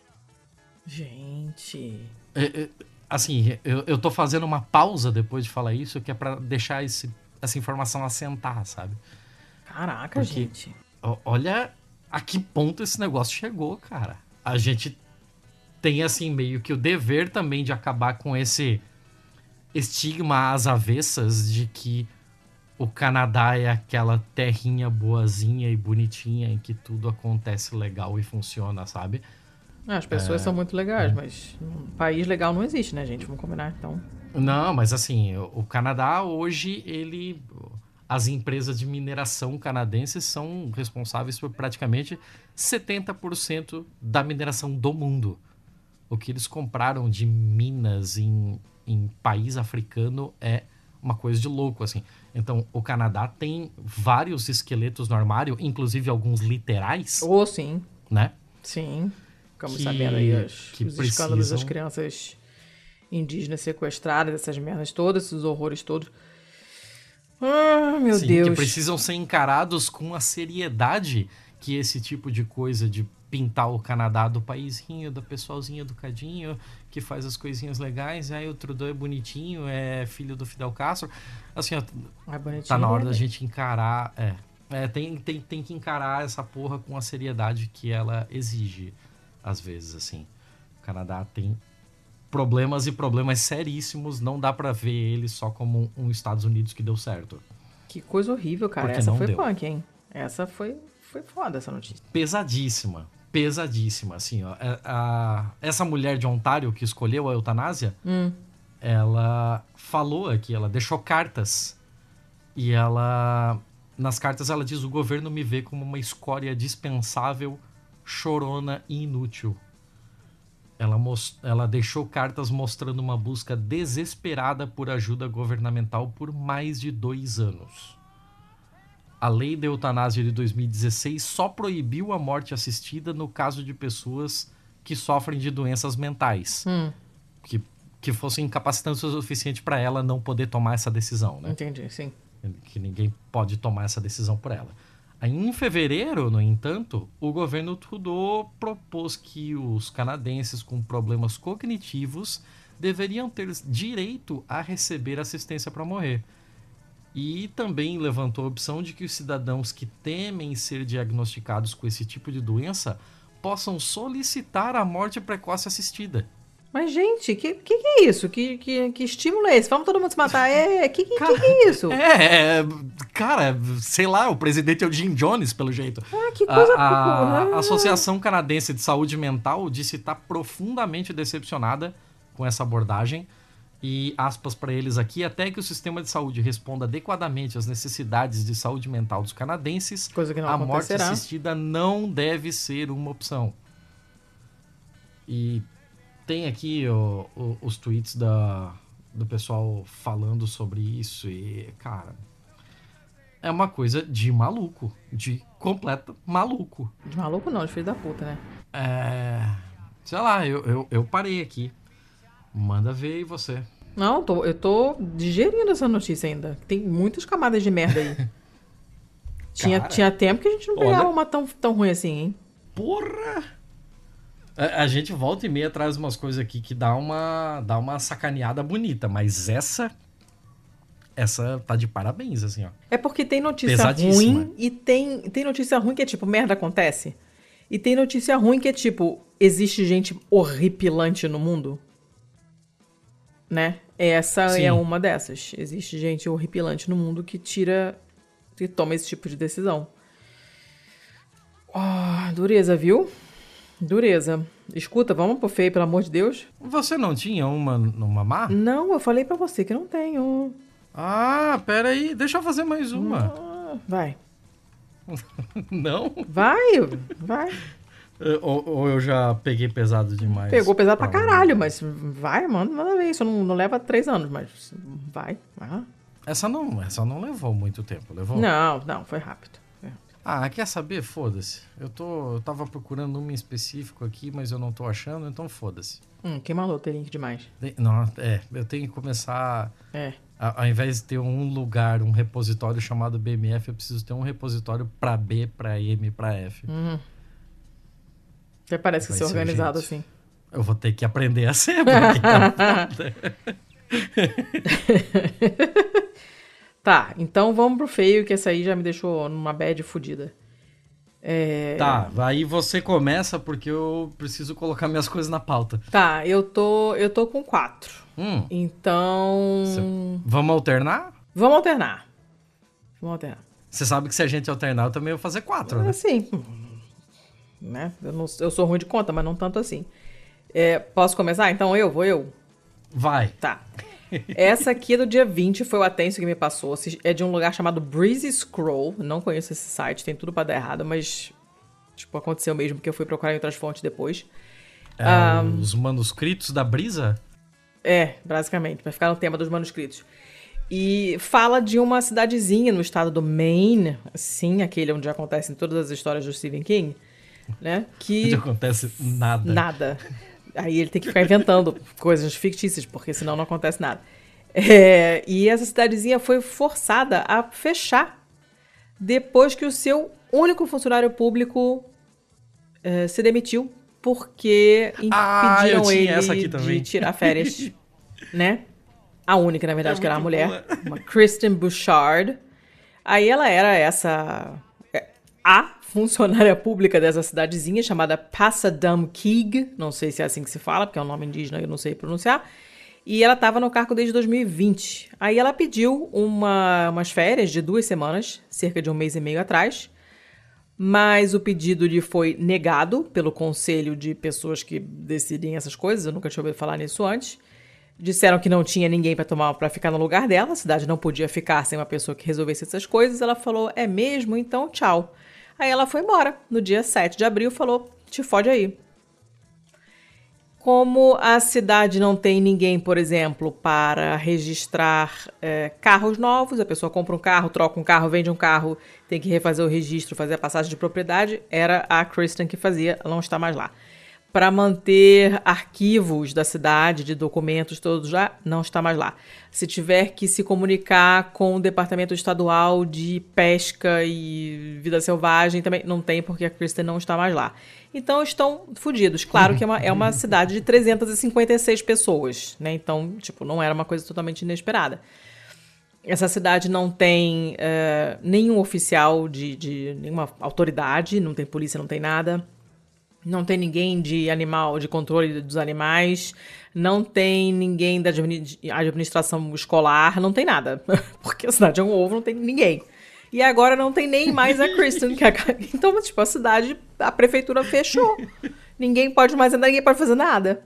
Gente... É, é, assim, eu, eu tô fazendo uma pausa depois de falar isso, que é para deixar esse, essa informação assentar, sabe? Caraca, porque, gente. Olha a que ponto esse negócio chegou, cara. A gente tem, assim, meio que o dever também de acabar com esse estigma às avessas de que o Canadá é aquela terrinha boazinha e bonitinha em que tudo acontece legal e funciona, sabe? As pessoas é, são muito legais, é. mas um país legal não existe, né, gente? Vamos combinar, então. Não, mas assim, o Canadá hoje, ele... As empresas de mineração canadenses são responsáveis por praticamente setenta por cento da mineração do mundo. O que eles compraram de minas em, em país africano é uma coisa de louco, assim. Então, o Canadá tem vários esqueletos no armário, inclusive alguns literais. Oh, sim. Né? Sim. Ficamos que, sabendo aí as, que os precisam... escândalos das crianças indígenas sequestradas, essas merdas todas, esses horrores todos. Ah, meu Sim, Deus. que precisam ser encarados com a seriedade que esse tipo de coisa de pintar o Canadá do paizinho, do pessoalzinho educadinho, que faz as coisinhas legais, aí o Trudeau é bonitinho, é filho do Fidel Castro. Assim, ó, é tá na hora da gente encarar... É, é, tem, tem, tem que encarar essa porra com a seriedade que ela exige, às vezes, assim. O Canadá tem problemas e problemas seríssimos, não dá pra ver ele só como um, um Estados Unidos que deu certo. Que coisa horrível, cara. Porque essa não foi deu. punk, hein? Essa foi, foi foda, essa notícia. Pesadíssima. Pesadíssima, assim, ó. A, a, essa mulher de Ontário que escolheu a eutanásia, hum. ela falou aqui, ela deixou cartas. E ela... Nas cartas ela diz: o governo me vê como uma escória dispensável, chorona e inútil. Ela, most... ela deixou cartas mostrando uma busca desesperada por ajuda governamental por mais de dois anos. A lei da eutanásia de dois mil e dezesseis só proibiu a morte assistida no caso de pessoas que sofrem de doenças mentais. Hum. Que, que fossem incapacitantes o suficiente para ela não poder tomar essa decisão, né? Entendi, sim. Que ninguém pode tomar essa decisão por ela. Aí, em fevereiro, no entanto, o governo Trudeau propôs que os canadenses com problemas cognitivos deveriam ter direito a receber assistência para morrer. E também levantou a opção de que os cidadãos que temem ser diagnosticados com esse tipo de doença possam solicitar a morte precoce assistida. Mas, gente, que, que que é isso? Que, que, que estímulo é esse? Vamos todo mundo se matar? É, que que, cara, que, que é isso? É, é, cara, sei lá, o presidente é o Jim Jones, pelo jeito. Ah, que coisa... A, a, a Associação Canadense de Saúde Mental disse estar profundamente decepcionada com essa abordagem. E, aspas para eles aqui, até que o sistema de saúde responda adequadamente às necessidades de saúde mental dos canadenses, coisa que não a morte acontecerá. assistida não deve ser uma opção. E... Tem aqui o, o, os tweets da, do pessoal falando sobre isso e, cara, é uma coisa de maluco, de completo maluco. De maluco não, de filho da puta, né? É, sei lá, eu, eu, eu parei aqui. Manda ver aí você. Não, tô, eu tô digerindo essa notícia ainda. Tem muitas camadas de merda aí. tinha, tinha tempo que a gente não pegava olha, uma tão, tão ruim assim, hein? Porra! A, a gente volta e meia traz umas coisas aqui que dá uma, dá uma sacaneada bonita, mas essa... Essa tá de parabéns, assim, ó. É porque tem notícia ruim e tem, tem notícia ruim que é tipo, merda acontece. E tem notícia ruim que é tipo, existe gente horripilante no mundo. Né? Essa Sim. é uma dessas. Existe gente horripilante no mundo que tira, que toma esse tipo de decisão. Oh, dureza, viu? Dureza. Escuta, vamos pro feio, pelo amor de Deus. Você não tinha uma no mamar? Não, eu falei pra você que não tenho. Ah, pera aí. Deixa eu fazer mais uma. Ah, vai. Não? Vai, vai. Ou, ou eu já peguei pesado demais? Pegou pesado pra, pra caralho, mas vai, manda, manda ver. Isso não, não leva três anos, mas vai, vai. Essa não, essa não levou muito tempo, levou? Não, não, foi rápido. Ah, quer saber? Foda-se. Eu, tô, eu tava procurando uma em específico aqui, mas eu não tô achando, então foda-se. Hum, queima a loterinha demais. Não, é, eu tenho que começar é. A- Ao invés de ter um lugar, um repositório chamado B M F, eu preciso ter um repositório para B, para M, para F. Hum. Até parece que Vai ser ser o organizado jeito. assim. Eu vou ter que aprender a ser, porque tá foda. Tá, então vamos pro feio, que essa aí já me deixou numa bad fodida. É... Tá, aí você começa porque eu preciso colocar minhas coisas na pauta. Tá, eu tô, eu tô com quatro. Hum, Então. cê- vamos alternar? Vamos alternar. Vamos alternar. Você sabe que se a gente alternar, eu também vou fazer quatro, né? Assim. Né? Eu, não, eu sou ruim de conta, mas não tanto assim. É, posso começar? Então eu, vou eu? Vai. Tá. Essa aqui é do dia vinte, foi o Atencio que me passou. É de um lugar chamado Breezy Scroll. Não conheço esse site, tem tudo pra dar errado, mas tipo, aconteceu mesmo, porque eu fui procurar em outras fontes depois. É, os manuscritos da Brisa? É, basicamente, pra ficar no tema dos manuscritos. E fala de uma cidadezinha no estado do Maine, sim, aquele onde acontecem todas as histórias do Stephen King, né? Que Não acontece nada. nada. Aí ele tem que ficar inventando coisas fictícias, porque senão não acontece nada. É, e essa cidadezinha foi forçada a fechar depois que o seu único funcionário público é, se demitiu porque Ah, eu impediram tinha ele essa aqui também. de tirar férias, né? A única, na verdade, É que era uma muito mulher, boa. uma Kristen Bouchard. Aí ela era essa é, a funcionária pública dessa cidadezinha chamada Passadumkeag, não sei se é assim que se fala, porque é um nome indígena, eu não sei pronunciar. E ela estava no cargo desde dois mil e vinte. Aí ela pediu uma, umas férias de duas semanas, cerca de um mês e meio atrás, mas o pedido lhe foi negado pelo conselho de pessoas que decidem essas coisas, eu nunca tinha ouvido falar nisso antes. Disseram que não tinha ninguém para tomar para ficar no lugar dela, a cidade não podia ficar sem uma pessoa que resolvesse essas coisas. Ela falou, é mesmo? Então tchau. Aí ela foi embora. No dia sete de abril, falou, te fode aí. Como a cidade não tem ninguém, por exemplo, para registrar é, carros novos, a pessoa compra um carro, troca um carro, vende um carro, tem que refazer o registro, fazer a passagem de propriedade, era a Kristen que fazia, ela não está mais lá. Para manter arquivos da cidade, de documentos todos já, não está mais lá. Se tiver que se comunicar com o Departamento Estadual de Pesca e Vida Selvagem, também não tem, porque a Kristen não está mais lá. Então, estão fodidos. Claro que é uma, é uma cidade de trezentas e cinquenta e seis pessoas, né? Então, tipo, não era uma coisa totalmente inesperada. Essa cidade não tem uh, nenhum oficial de, de nenhuma autoridade, não tem polícia, não tem nada. Não tem ninguém de animal, de controle dos animais, não tem ninguém da administração escolar, não tem nada. Porque a cidade é um ovo, não tem ninguém. E agora não tem nem mais a Kristen. Que a... Então, tipo, a cidade, a prefeitura fechou. Ninguém pode mais andar, ninguém pode fazer nada.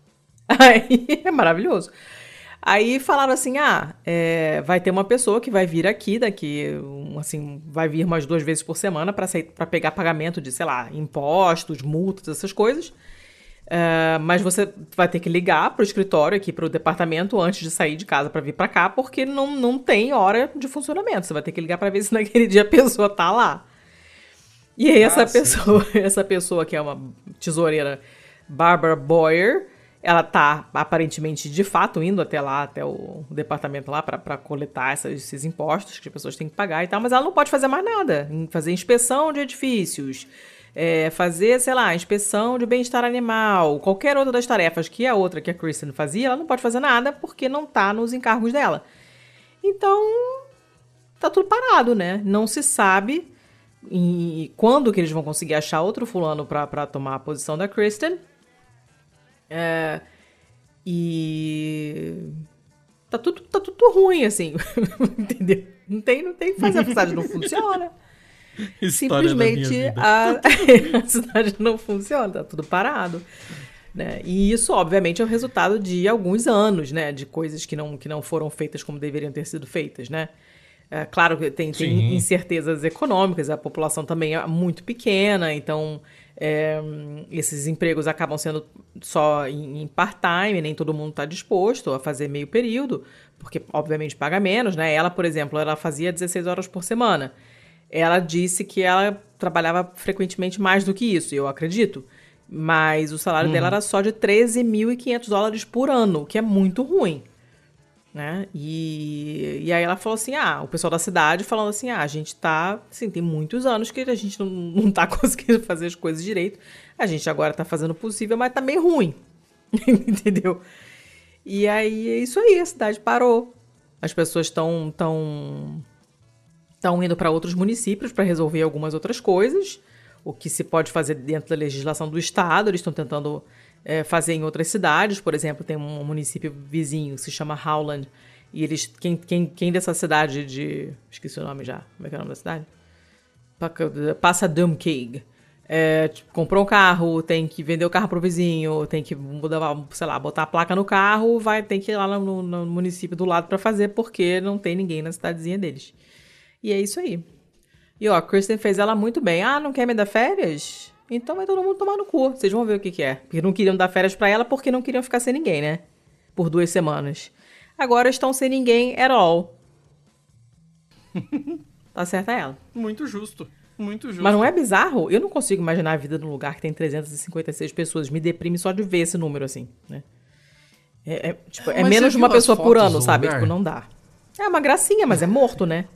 Aí é maravilhoso. Aí falaram assim, ah, é, vai ter uma pessoa que vai vir aqui daqui, um, assim, vai vir umas duas vezes por semana para pegar pagamento de, sei lá, impostos, multas, essas coisas. É, mas você vai ter que ligar pro escritório aqui, pro departamento, antes de sair de casa para vir para cá, porque não, não tem hora de funcionamento. Você vai ter que ligar para ver se naquele dia a pessoa tá lá. E aí essa Ah, pessoa, essa pessoa que é uma tesoureira, Barbara Boyer, ela tá, aparentemente, de fato, indo até lá, até o departamento lá, para coletar essas, esses impostos que as pessoas têm que pagar e tal, mas ela não pode fazer mais nada. Fazer inspeção de edifícios, é, fazer, sei lá, inspeção de bem-estar animal, qualquer outra das tarefas que a outra, que a Kristen fazia, ela não pode fazer nada porque não tá nos encargos dela. Então, tá tudo parado, né? Não se sabe e quando que eles vão conseguir achar outro fulano para tomar a posição da Kristen. É, e tá tudo, tá tudo ruim, assim. Entendeu? Não tem, não tem que fazer, a cidade não funciona. História Simplesmente da minha a, a cidade não funciona, tá tudo parado. Né? E isso, obviamente, é o resultado de alguns anos, né? De coisas que não, que não foram feitas como deveriam ter sido feitas, né? É, claro que tem, tem incertezas econômicas, a população também é muito pequena, então é, esses empregos acabam sendo só em, em part-time, nem todo mundo está disposto a fazer meio período, porque obviamente paga menos, né? Ela, por exemplo, ela fazia dezesseis horas por semana. Ela disse que ela trabalhava frequentemente mais do que isso, e eu acredito, mas o salário uhum. dela era só de treze mil e quinhentos dólares por ano, o que é muito ruim. né? E, e aí ela falou assim, ah, o pessoal da cidade falando assim, ah, a gente tá, assim, tem muitos anos que a gente não, não tá conseguindo fazer as coisas direito, a gente agora tá fazendo o possível, mas tá meio ruim, entendeu? E aí é isso aí, a cidade parou. As pessoas estão tão, tão indo para outros municípios para resolver algumas outras coisas, o que se pode fazer dentro da legislação do estado, eles estão tentando é, fazer em outras cidades. Por exemplo, tem um município vizinho que se chama Howland, e eles, quem, quem, quem dessa cidade de, esqueci o nome já, como é que é o nome da cidade? Passadumkeag. É, tipo, comprou um carro, tem que vender o carro pro vizinho, tem que mudar, sei lá, botar a placa no carro, vai, tem que ir lá no, no município do lado pra fazer, porque não tem ninguém na cidadezinha deles. E é isso aí. E ó, a Kristen fez ela muito bem. Ah, não quer me dar férias? Então vai todo mundo tomar no cu. Vocês vão ver o que que é. Porque não queriam dar férias pra ela porque não queriam ficar sem ninguém, né? Por duas semanas. Agora estão sem ninguém at all. Tá certa ela. Muito justo. Muito justo. Mas não é bizarro? Eu não consigo imaginar a vida num lugar que tem trezentas e cinquenta e seis pessoas. Me deprime só de ver esse número, assim, né? É, é, tipo, é, é menos de uma pessoa por ano, sabe? Lugar? Tipo, não dá. É uma gracinha, mas é morto, né?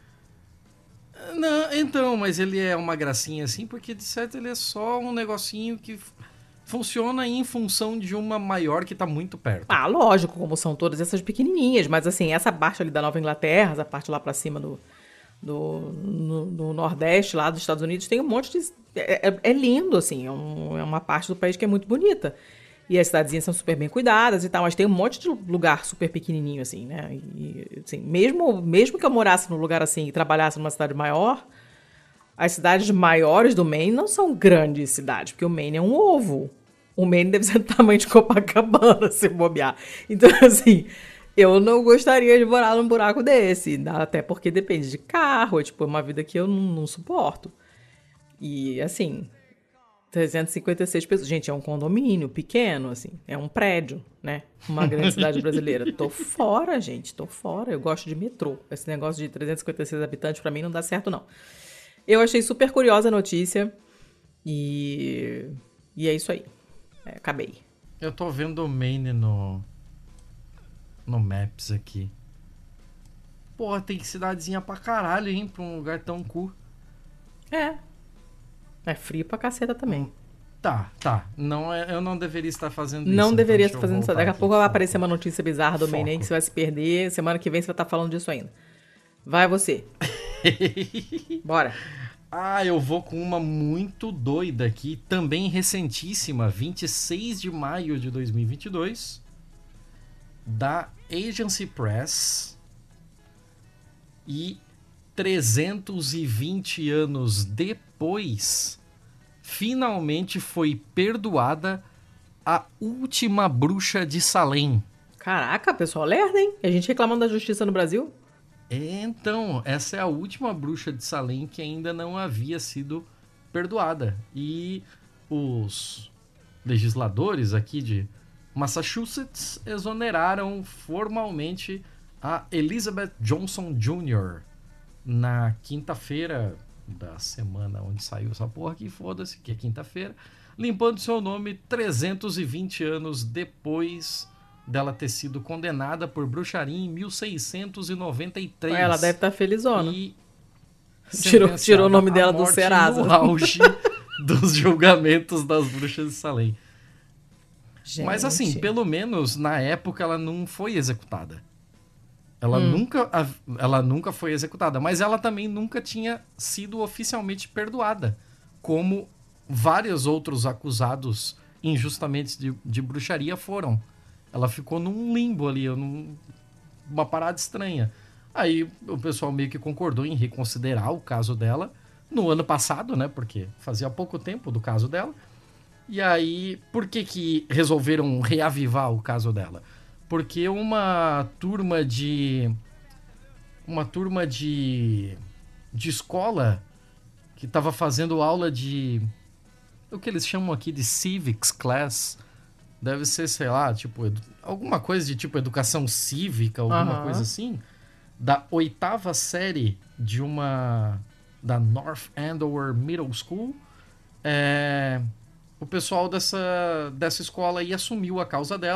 Não, então, mas ele é uma gracinha assim, porque de certo ele é só um negocinho que funciona em função de uma maior que tá muito perto. Ah, lógico, como são todas essas pequenininhas. Mas assim, essa parte ali da Nova Inglaterra, essa parte lá pra cima do... Do, no, no Nordeste, lá dos Estados Unidos, tem um monte de... É, é, é lindo, assim, é, um, é uma parte do país que é muito bonita. E as cidadezinhas são super bem cuidadas e tal, mas tem um monte de lugar super pequenininho, assim, né? E, assim, mesmo, mesmo que eu morasse num lugar assim e trabalhasse numa cidade maior, as cidades maiores do Maine não são grandes cidades, porque o Maine é um ovo. O Maine deve ser do tamanho de Copacabana, se bobear. Então, assim... Eu não gostaria de morar num buraco desse, até porque depende de carro, é tipo uma vida que eu não, não suporto. E, assim, trezentas e cinquenta e seis pessoas... Gente, é um condomínio pequeno, assim, é um prédio, né? Uma grande cidade brasileira. Tô fora, gente, tô fora. Eu gosto de metrô. Esse negócio de trezentos e cinquenta e seis habitantes, pra mim, não dá certo, não. Eu achei super curiosa a notícia e... E é isso aí. É, acabei. Eu tô vendo o Maine no... no Maps aqui. Porra, tem cidadezinha pra caralho, hein? Pra um lugar tão cu. É. É frio pra caceta também. Tá, tá. Não, eu não deveria estar fazendo isso. Não deveria então estar fazendo isso. Daqui a pouco vai aparecer uma notícia bizarra do Maine que você vai se perder. Semana que vem você vai estar falando disso ainda. Vai você. Bora. Ah, eu vou com uma muito doida aqui. Também recentíssima. vinte e seis de maio de dois mil e vinte e dois. Da Agency Press, e trezentos e vinte anos depois, finalmente foi perdoada a última bruxa de Salem. Caraca, pessoal lerda, hein? A gente reclamando da justiça no Brasil? Então, essa é a última bruxa de Salem que ainda não havia sido perdoada. E os legisladores aqui de Massachusetts exoneraram formalmente a Elizabeth Johnson Júnior na quinta-feira da semana onde saiu essa porra aqui, foda-se, que é quinta-feira, limpando seu nome trezentos e vinte anos depois dela ter sido condenada por bruxaria em mil seiscentos e noventa e três. Ela deve estar felizona. E tirou, tirou o nome dela do Serasa. No auge dos julgamentos das bruxas de Salem. Gente. Mas assim, pelo menos na época ela não foi executada. Ela, hum. nunca, ela nunca foi executada, mas ela também nunca tinha sido oficialmente perdoada, como vários outros acusados injustamente de, de bruxaria foram. Ela ficou num limbo ali, num, uma parada estranha. Aí o pessoal meio que concordou em reconsiderar o caso dela no ano passado, né? Porque fazia pouco tempo do caso dela. E aí, por que que resolveram reavivar o caso dela? Porque uma turma de... Uma turma de... De escola que estava fazendo aula de... O que eles chamam aqui de civics class. Deve ser, sei lá, tipo... Edu, alguma coisa de tipo educação cívica, alguma uhum. coisa assim. Da oitava série de uma... Da North Andover Middle School. É... O pessoal dessa, dessa escola aí assumiu a causa dela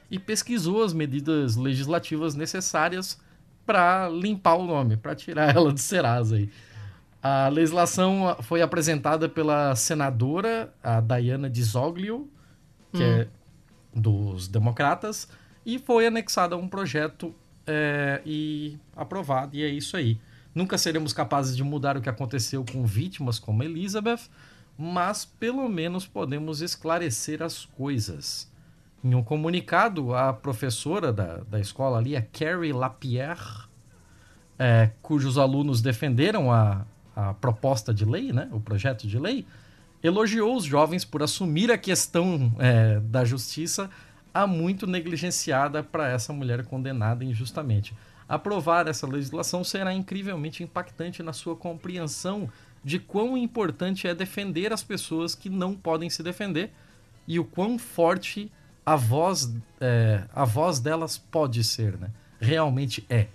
e pesquisou as medidas legislativas necessárias para limpar o nome, para tirar ela do Serasa aí. A legislação foi apresentada pela senadora, a Diana Dzoglu, que hum. é dos democratas, e foi anexada a um projeto é, e aprovado, e é isso aí. Nunca seremos capazes de mudar o que aconteceu com vítimas como Elizabeth, mas pelo menos podemos esclarecer as coisas. Em um comunicado, a professora da, da escola ali, a Carrie Lapierre, é, cujos alunos defenderam a, a proposta de lei, né, o projeto de lei, elogiou os jovens por assumir a questão é, da justiça há muito negligenciada para essa mulher condenada injustamente. Aprovar essa legislação será incrivelmente impactante na sua compreensão de quão importante é defender as pessoas que não podem se defender e o quão forte a voz, é, a voz delas pode ser, né? Realmente é.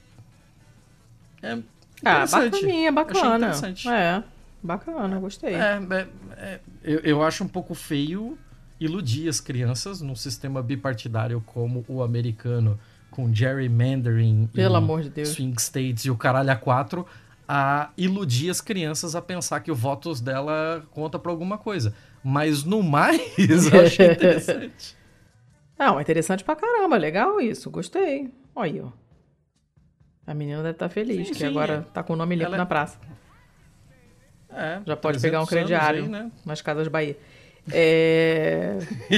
É ah, bacaninha, bacana. É, bacana, gostei. É, é, é, eu, eu acho um pouco feio iludir as crianças num sistema bipartidário como o americano, com gerrymandering Pelo e amor de Deus. swing states e o caralho a quatro, a iludir as crianças a pensar que o voto dela conta pra alguma coisa. Mas no mais, eu achei interessante. Não, é interessante pra caramba, legal isso, gostei. Olha aí, ó. A menina deve estar feliz, sim, que sim, agora é. tá com o nome limpo ela na praça. É, já pode pegar um crediário aí, né? Nas Casas Bahia. É...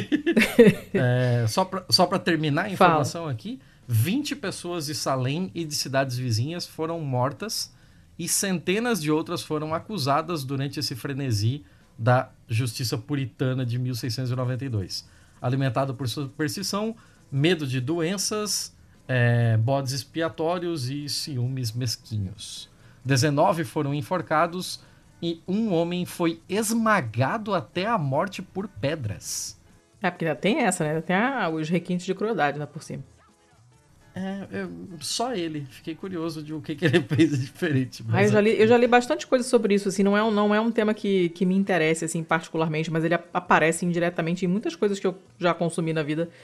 é, só para só pra terminar a informação Fala. aqui, vinte pessoas de Salem e de cidades vizinhas foram mortas e centenas de outras foram acusadas durante esse frenesi da justiça puritana de mil seiscentos e noventa e dois. Alimentado por superstição, medo de doenças, é, bodes expiatórios e ciúmes mesquinhos. dezenove foram enforcados e um homem foi esmagado até a morte por pedras. É, porque ainda tem essa, né? Tem a, os requintes de crueldade lá por cima. É, eu, só ele. Fiquei curioso de o que, que ele fez de diferente. Ah, eu, já li, eu já li bastante coisa sobre isso, assim, não é um, não é um tema que, que me interessa, assim, particularmente, mas ele aparece indiretamente em muitas coisas que eu já consumi na vida.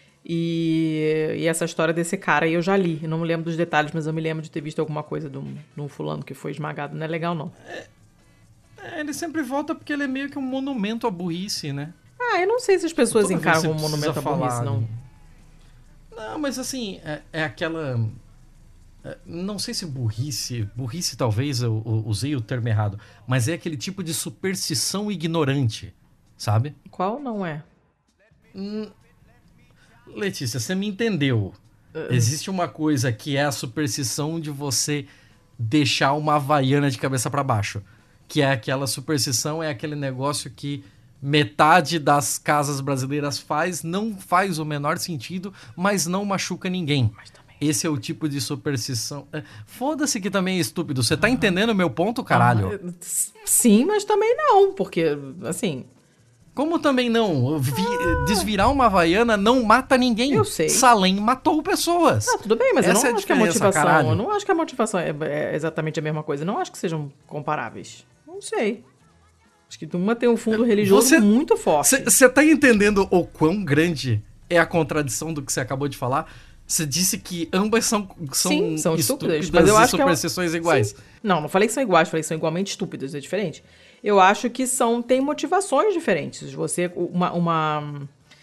E, e essa história desse cara aí eu já li. Eu não me lembro dos detalhes, mas eu me lembro de ter visto alguma coisa de um, de um fulano que foi esmagado. Não é legal, não. É, é, ele sempre volta porque ele é meio que um monumento à burrice, né? Ah, eu não sei se as pessoas encaram como um monumento à burrice, não. Não, mas assim, é, é aquela... É, não sei se burrice... Burrice talvez eu, eu usei o termo errado. Mas é aquele tipo de superstição ignorante, sabe? Qual não é? Hum, Letícia, você me entendeu. Uh. Existe uma coisa que é a superstição de você deixar uma havaiana de cabeça para baixo. Que é aquela superstição, é aquele negócio que... metade das casas brasileiras faz, não faz o menor sentido, mas não machuca ninguém. Mas também... Esse é o tipo de superstição. Foda-se que também é estúpido. Você tá ah. entendendo o meu ponto, caralho? Ah, sim, mas também não, porque, assim... Como também não? Vi... Ah. Desvirar uma havaiana não mata ninguém. Eu sei. Salem matou pessoas. Ah, tudo bem, mas Essa eu não é acho que a motivação... Caralho. Eu não acho que a motivação é, é exatamente a mesma coisa. Eu não acho que sejam comparáveis. Não sei. Acho que uma tem um fundo religioso você, muito forte. Você tá entendendo o quão grande é a contradição do que você acabou de falar? Você disse que ambas são, são, Sim, são estúpidas, estúpidas mas eu acho e superstições que é uma... iguais. Sim. Não, não falei que são iguais, falei que são igualmente estúpidas, é diferente. Eu acho que são, tem motivações diferentes. Você, uma, uma,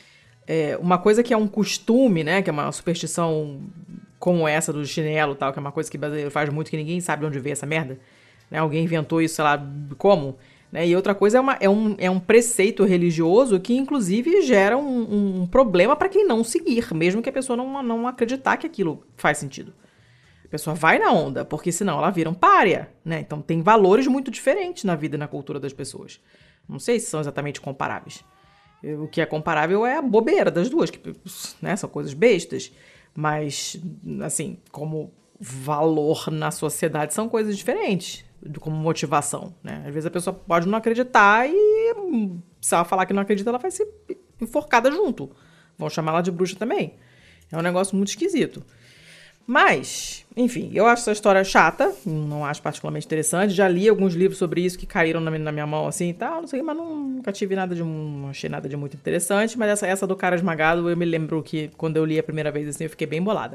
é, uma coisa que é um costume, né, que é uma superstição como essa do chinelo, tal, que é uma coisa que o brasileiro faz muito, que ninguém sabe de onde veio essa merda. Né? Alguém inventou isso, sei lá, como... Né? E outra coisa é, uma, é, um, é um preceito religioso que, inclusive, gera um, um problema para quem não seguir, mesmo que a pessoa não, não acreditar que aquilo faz sentido. A pessoa vai na onda, porque senão ela vira um pária. Né? Então tem valores muito diferentes na vida e na cultura das pessoas. Não sei se são exatamente comparáveis. O que é comparável é a bobeira das duas, que né, são coisas bestas, mas, assim, como valor na sociedade são coisas diferentes. Como motivação, né? Às vezes a pessoa pode não acreditar e se ela falar que não acredita, ela vai ser enforcada junto. Vão chamar ela de bruxa também. É um negócio muito esquisito. Mas, enfim, eu acho essa história chata, não acho particularmente interessante. Já li alguns livros sobre isso que caíram na minha, na minha mão assim e tal, não sei, mas não, nunca tive nada de. Não achei nada de muito interessante. Mas essa, essa do cara esmagado, eu me lembro que quando eu li a primeira vez assim, eu fiquei bem bolada.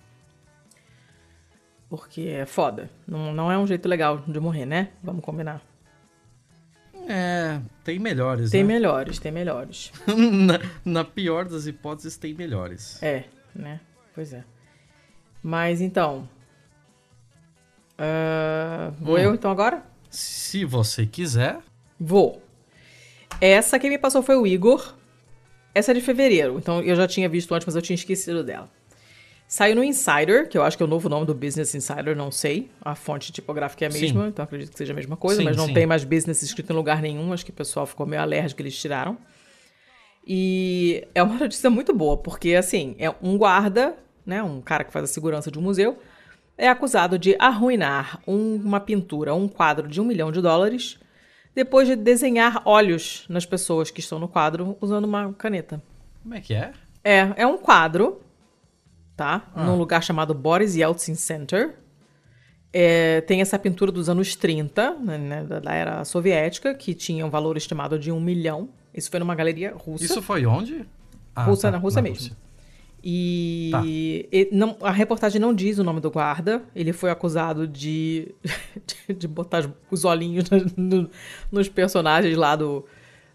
Porque é foda. Não, não é um jeito legal de morrer, né? Vamos combinar. É, tem melhores, Tem né? melhores, tem melhores. na, na pior das hipóteses, tem melhores. É, né? Pois é. Mas então. Uh, vou Hum. eu então agora? Se você quiser. Vou. Essa quem me passou foi o Igor. Essa é de fevereiro, então eu já tinha visto antes, mas eu tinha esquecido dela. Saiu no Insider, que eu acho que é o novo nome do Business Insider, não sei. A fonte tipográfica é a mesma, Sim. então acredito que seja a mesma coisa, Sim, mas não sim. tem mais business escrito em lugar nenhum. Acho que o pessoal ficou meio alérgico que eles tiraram. E é uma notícia muito boa, porque assim, é um guarda, né, um cara que faz a segurança de um museu, é acusado de arruinar um- uma pintura, um quadro de um milhão de dólares, depois de desenhar olhos nas pessoas que estão no quadro usando uma caneta. Como é que é? É, é um quadro, tá? Ah. Num lugar chamado Boris Yeltsin Center. É, tem essa pintura dos anos trinta, né, da, da era soviética, que tinha um valor estimado de um milhão. Isso foi numa galeria russa. Isso foi onde? Ah, Rússia, tá, na Rússia na mesmo. Rússia. E, Tá. e não, a reportagem não diz o nome do guarda. Ele foi acusado de, de, de botar os- os olhinhos no- no- nos personagens lá do,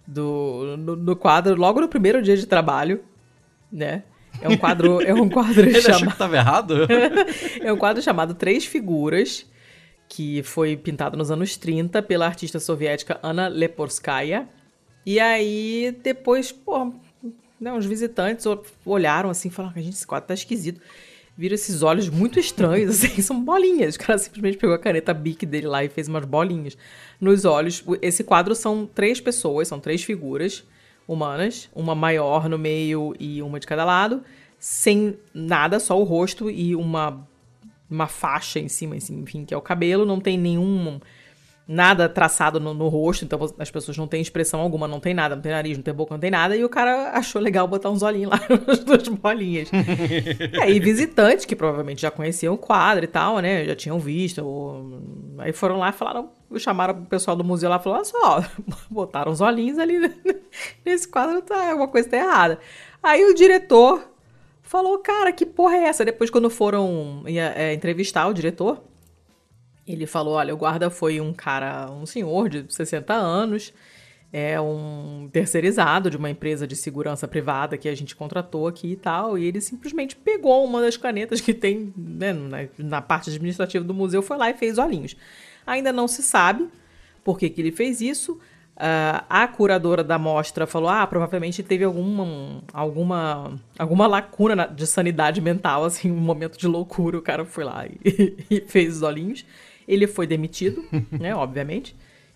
do no, no quadro, logo no primeiro dia de trabalho, né? É um quadro, é um quadro Ele achou chamado que tava errado? é um quadro chamado Três Figuras, que foi pintado nos anos trinta pela artista soviética Anna Leporskaya. E aí, depois, pô, né, uns visitantes o- olharam assim e falaram: gente, esse quadro tá esquisito. Viram esses olhos muito estranhos, assim, são bolinhas. O cara simplesmente pegou a caneta Bic dele lá e fez umas bolinhas nos olhos. O- Esse quadro são três pessoas, são três figuras humanas, uma maior no meio e uma de cada lado, sem nada, só o rosto e uma, uma faixa em cima, assim, enfim, que é o cabelo. Não tem nenhum nada traçado no, no rosto, então as pessoas não têm expressão alguma, não tem nada, não tem nariz, não tem boca, não tem nada, e o cara achou legal botar uns olhinhos lá nas duas bolinhas. E aí visitantes, que provavelmente já conheciam o quadro e tal, né, já tinham visto, ou... aí foram lá e falaram, chamaram o pessoal do museu lá e falaram: olha só, botaram os olhinhos ali nesse quadro, tá, alguma coisa tá errada. Aí o diretor falou: cara, que porra é essa? Depois, quando foram é, entrevistar o diretor, ele falou: olha, o guarda foi um cara, um senhor de sessenta anos, é um terceirizado de uma empresa de segurança privada que a gente contratou aqui e tal, e ele simplesmente pegou uma das canetas que tem, né, na, na parte administrativa do museu, foi lá e fez olhinhos. Ainda não se sabe por que, que ele fez isso. Uh, a curadora da mostra falou: ah, provavelmente teve alguma, alguma, alguma lacuna na- de sanidade mental, assim, um momento de loucura, o cara foi lá e, e fez os olhinhos. Ele foi demitido, né, obviamente,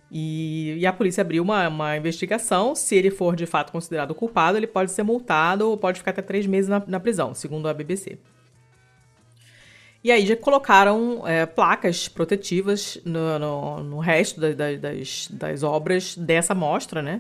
e, e a polícia abriu uma, uma investigação. Se ele for de fato considerado culpado, ele pode ser multado ou pode ficar até três meses na, na prisão, segundo a B B C. E aí já colocaram é, placas protetivas no, no, no resto da, da, das, das obras dessa mostra, né?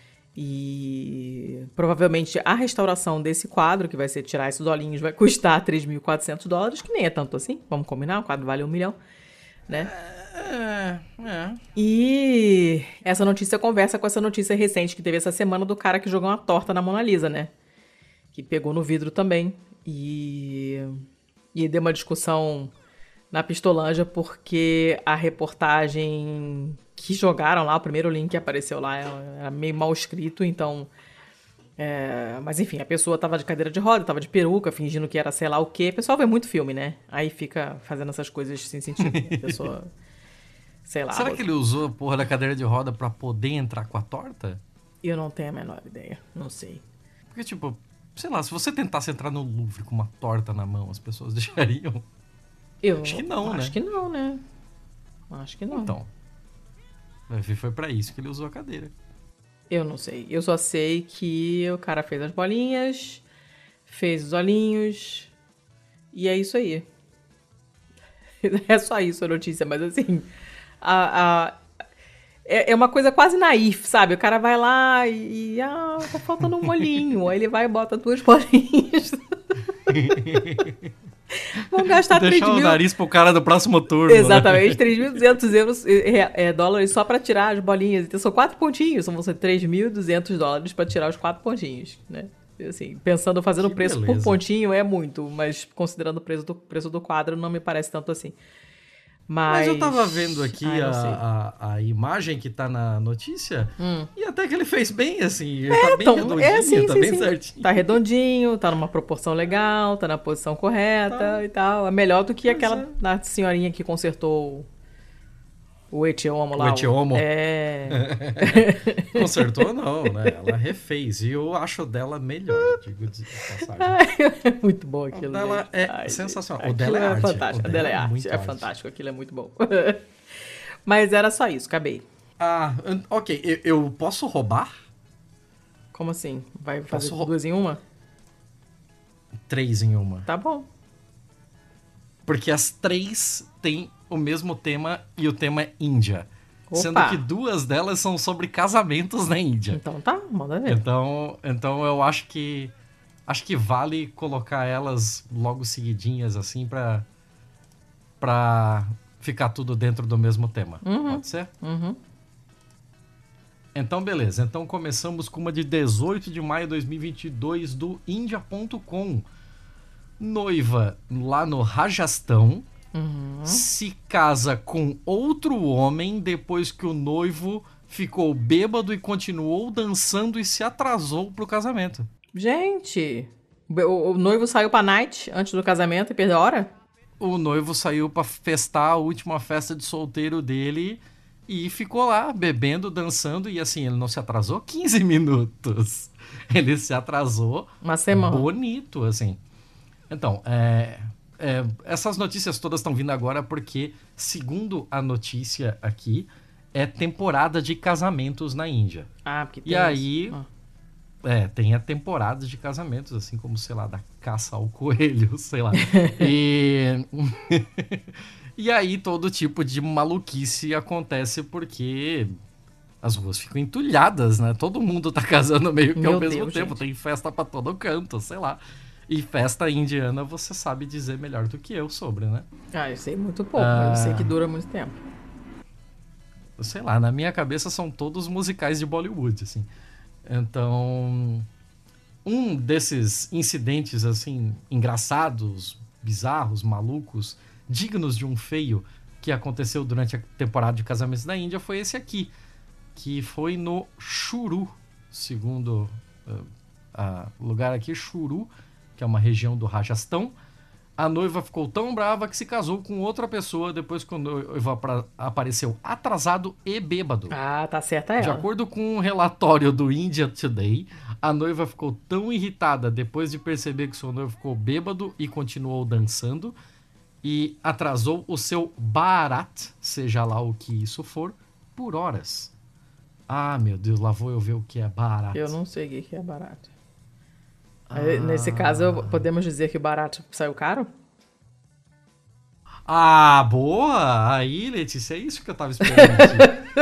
E provavelmente a restauração desse quadro, que vai ser tirar esses olhinhos, vai custar três mil e quatrocentos dólares, que nem é tanto assim, vamos combinar, o quadro vale um milhão, né? É, é. E essa notícia conversa com essa notícia recente que teve essa semana do cara que jogou uma torta na Mona Lisa, né? Que pegou no vidro também. E, e deu uma discussão na Pistolândia porque a reportagem que jogaram lá, o primeiro link que apareceu lá, era meio mal escrito, então... É, mas enfim, a pessoa tava de cadeira de roda, tava de peruca, fingindo que era sei lá o quê. O pessoal vê muito filme, né? Aí fica fazendo essas coisas sem sentido. A pessoa... Sei lá. Será que ele usou a porra da cadeira de roda pra poder entrar com a torta? Eu não tenho a menor ideia. Não sei. Porque, tipo, sei lá, se você tentasse entrar no Louvre com uma torta na mão, as pessoas deixariam? Eu Acho que não, acho né? Acho que não, né? Acho que não. Então, foi pra isso que ele usou a cadeira. Eu não sei. Eu só sei que o cara fez as bolinhas, fez os olhinhos, e é isso aí. É só isso a notícia, mas assim... A, a, é, é uma coisa quase naif, sabe? O cara vai lá e... e ah, tá faltando um molhinho. Aí ele vai e bota duas bolinhas. Vão gastar três Deixar mil... o nariz pro cara do próximo turno. Exatamente, né? três mil e duzentos euros, é, é, dólares só pra tirar as bolinhas. Então são quatro pontinhos, vão ser três mil e duzentos dólares pra tirar os quatro pontinhos, né? Assim, pensando, fazendo o preço beleza. por pontinho é muito, mas considerando o preço do, preço do quadro não me parece tanto assim. Mas, Mas eu tava vendo aqui Ai, a, não sei. a, a imagem que tá na notícia Hum. e até que ele fez bem, assim. Ele É, tá bem então, redondinho, é, sim, tá sim, bem sim. certinho. Tá redondinho, tá numa proporção legal, tá na posição correta Tá. e tal. É melhor do que Pois aquela é. da senhorinha que consertou o Etiomo lá. O Etiomo? É. Consertou não, né? Ela refez. E eu acho dela melhor, digo de passagem. Muito bom aquilo. O dela gente. é Ai, sensacional. gente, O dela é aquilo arte. fantástico. O O dela é dela é arte. muito É arte. fantástico. Aquilo é muito bom. Mas era só isso, acabei. Ah, an- ok. Eu, eu posso roubar? Como assim? Vai fazer Posso rou- duas em uma? Três em uma. Tá bom. Porque as três têm o mesmo tema e o tema é Índia. Opa. Sendo que duas delas são sobre casamentos na Índia. Então tá, manda ver. Então, então eu acho que acho que vale colocar elas logo seguidinhas assim pra para ficar tudo dentro do mesmo tema. Uhum. Pode ser? Uhum. Então beleza. Então começamos com uma de dezoito de maio de dois mil e vinte e dois do India ponto com. Noiva lá no Rajastão Uhum. se casa com outro homem depois que o noivo ficou bêbado e continuou dançando e se atrasou pro casamento. Gente, o, o noivo saiu pra night antes do casamento e perdeu a hora? O noivo saiu pra festar a última festa de solteiro dele e ficou lá bebendo, dançando e assim, ele não se atrasou quinze minutos. Ele se atrasou Uma semana. bonito, assim. Então, é, é, essas notícias todas estão vindo agora porque, segundo a notícia aqui, é temporada de casamentos na Índia. Ah, porque tem E aí, isso. Ah. é, tem a temporada de casamentos, assim como, sei lá, da caça ao coelho, sei lá. E, e aí todo tipo de maluquice acontece porque as ruas ficam entulhadas, né? Todo mundo tá casando meio que Meu ao mesmo Deus, tempo. gente. Tem festa pra todo canto, sei lá. E festa indiana você sabe dizer melhor do que eu sobre, né? Ah, eu sei muito pouco, mas eu sei Ah. que dura muito tempo. Sei lá, na minha cabeça são todos musicais de Bollywood, assim. Então, um desses incidentes, assim, engraçados, bizarros, malucos, dignos de um feio, que aconteceu durante a temporada de casamentos da Índia foi esse aqui, que foi no Churu, segundo o lugar aqui, Churu, que é uma região do Rajastão. A noiva ficou tão brava que se casou com outra pessoa depois que o noivo apra- apareceu atrasado e bêbado. Ah, tá certa ela. De acordo com um relatório do India Today, a noiva ficou tão irritada depois de perceber que seu noivo ficou bêbado e continuou dançando e atrasou o seu Bharat, seja lá o que isso for, por horas. Ah, meu Deus, lá vou eu ver o que é Bharat. Eu não sei o que que é barato. Ah. Nesse caso, eu- podemos dizer que o barato saiu caro? Ah, boa! Aí, Letícia, é isso que eu tava esperando. de ti.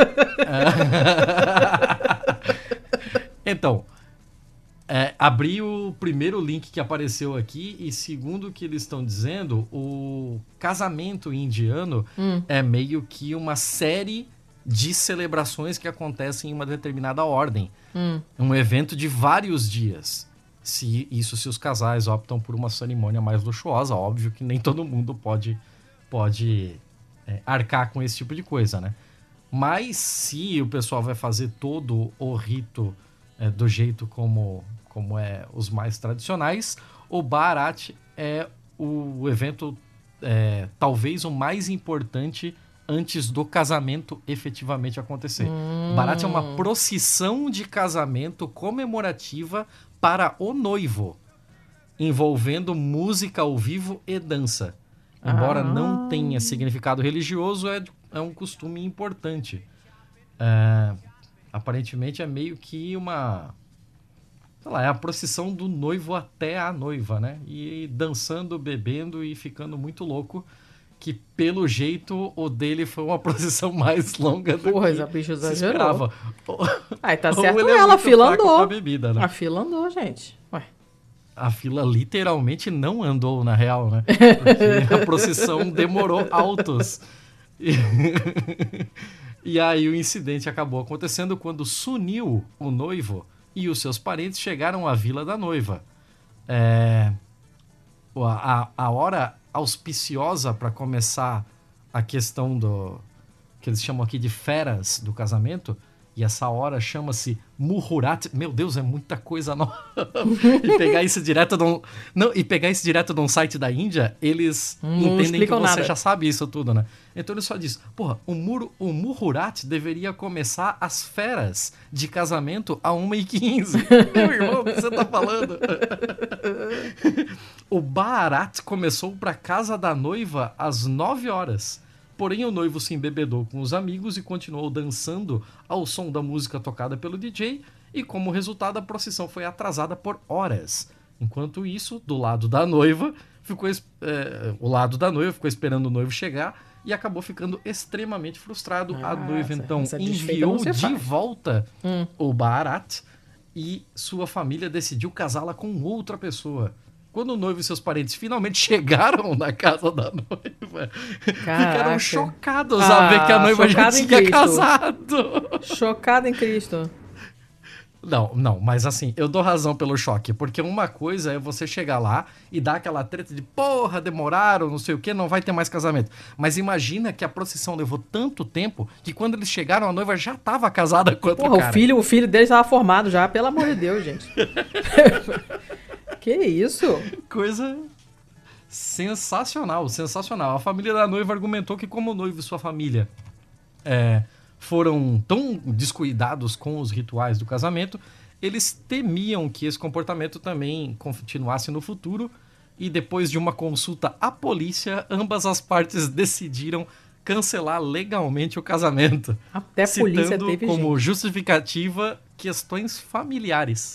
Então, é, abri o primeiro link que apareceu aqui e segundo o que eles estão dizendo, o casamento indiano Hum. é meio que uma série de celebrações que acontecem em uma determinada ordem. Hum. Um evento de vários dias. Se isso se os casais optam por uma cerimônia mais luxuosa, óbvio que nem todo mundo pode, pode é, arcar com esse tipo de coisa, né? Mas se o pessoal vai fazer todo o rito é, do jeito como, como é os mais tradicionais, o Bharat é o evento é, talvez o mais importante antes do casamento efetivamente acontecer. Hum. Bharat é uma procissão de casamento comemorativa para o noivo, envolvendo música ao vivo e dança. Embora Ah. não tenha significado religioso, é, é um costume importante. É, aparentemente é meio que uma... sei lá, é a procissão do noivo até a noiva, né? E dançando, bebendo e ficando muito louco, que pelo jeito o dele foi uma procissão mais longa do Porra, que a bicha se exagerou. esperava. Ai, tá Ou certo ele é ela, a muito fila fraco andou. pra bebida, né? A fila andou, gente. Ué. a fila literalmente não andou, na real, né? Porque a procissão demorou altos. E, e aí o incidente acabou acontecendo quando Sunil, o noivo, e os seus parentes chegaram à vila da noiva. É, a, a hora auspiciosa para começar a questão do... que eles chamam aqui de feras do casamento, e essa hora chama-se Muhurat. Meu Deus, é muita coisa nova. e pegar isso direto de um, não, e pegar isso direto de um site da Índia, eles não entendem que você nada. já sabe isso tudo, né? Então ele só diz, porra, o, muro, o Muhurat deveria começar as feras de casamento a uma e quinze. Meu irmão, o que você tá falando? O Bharat começou pra casa da noiva às nove horas. Porém, o noivo se embebedou com os amigos e continuou dançando ao som da música tocada pelo D J, e como resultado a procissão foi atrasada por horas. Enquanto isso, do lado da noiva, ficou é, o lado da noiva ficou esperando o noivo chegar e acabou ficando extremamente frustrado. Ah, a noiva então enviou de faz. volta hum. o Bharat e sua família decidiu casá-la com outra pessoa. Quando o noivo e seus parentes finalmente chegaram na casa da noiva, Caraca. ficaram chocados ah, a ver que a noiva já tinha casado. Chocado em Cristo. Não, não, mas assim, eu dou razão pelo choque, porque uma coisa é você chegar lá e dar aquela treta de porra, demoraram, não sei o que, não vai ter mais casamento. Mas imagina que a procissão levou tanto tempo que quando eles chegaram a noiva já estava casada com outro porra, cara. O filho, o filho dele estava formado já, pelo amor de Deus, gente. Que isso? Coisa sensacional, sensacional. A família da noiva argumentou que como o noivo e sua família é, foram tão descuidados com os rituais do casamento, eles temiam que esse comportamento também continuasse no futuro, e depois de uma consulta à polícia, ambas as partes decidiram cancelar legalmente o casamento. Até a polícia teve como gente. justificativa questões familiares.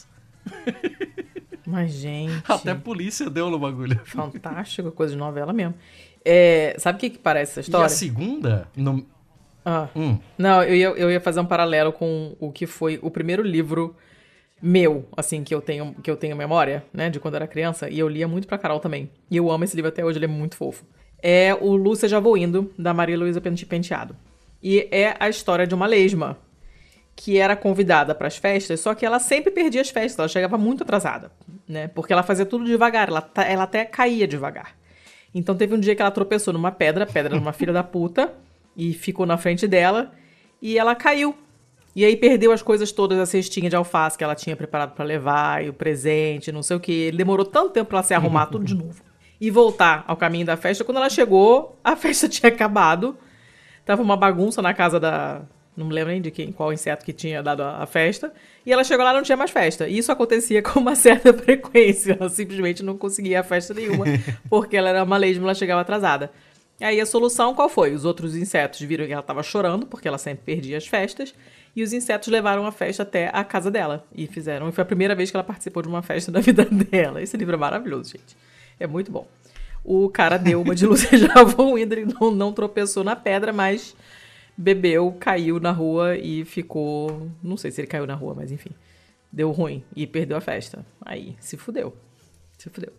Mas, gente... Até a polícia deu no bagulho. Fantástico, coisa de novela mesmo. É, sabe o que, que parece essa história? E a segunda... No... Ah, hum. Não, eu ia, eu ia fazer um paralelo com o que foi o primeiro livro meu, assim, que eu tenho, que eu tenho memória, né, de quando eu era criança, e eu lia muito pra Carol também. E eu amo esse livro até hoje, ele é muito fofo. É o Lúcia Já Vou Indo, da Maria Luísa Penteado. E é a história de uma lesma que era convidada para as festas, só que ela sempre perdia as festas, ela chegava muito atrasada, né? Porque ela fazia tudo devagar, ela, ela até caía devagar. Então teve um dia que ela tropeçou numa pedra, a pedra era uma filha da puta, e ficou na frente dela, e ela caiu. E aí perdeu as coisas todas, a cestinha de alface que ela tinha preparado para levar, e o presente, não sei o que. Ele demorou tanto tempo para ela se arrumar tudo de novo e voltar ao caminho da festa. Quando ela chegou, a festa tinha acabado, tava uma bagunça na casa da... Não me lembro nem de quem, qual inseto que tinha dado a, a festa. E ela chegou lá e não tinha mais festa. E isso acontecia com uma certa frequência. Ela simplesmente não conseguia festa nenhuma, porque ela era uma lesma e ela chegava atrasada. E aí a solução qual foi? Os outros insetos viram que ela estava chorando, porque ela sempre perdia as festas. E os insetos levaram a festa até a casa dela. E fizeram. E foi a primeira vez que ela participou de uma festa na vida dela. Esse livro é maravilhoso, gente. É muito bom. O cara deu uma de Lúcia Já Vou Indo. Ele não, não tropeçou na pedra, mas... bebeu, caiu na rua e ficou... Não sei se ele caiu na rua, mas enfim. Deu ruim e perdeu a festa. Aí, se fudeu. Se fudeu.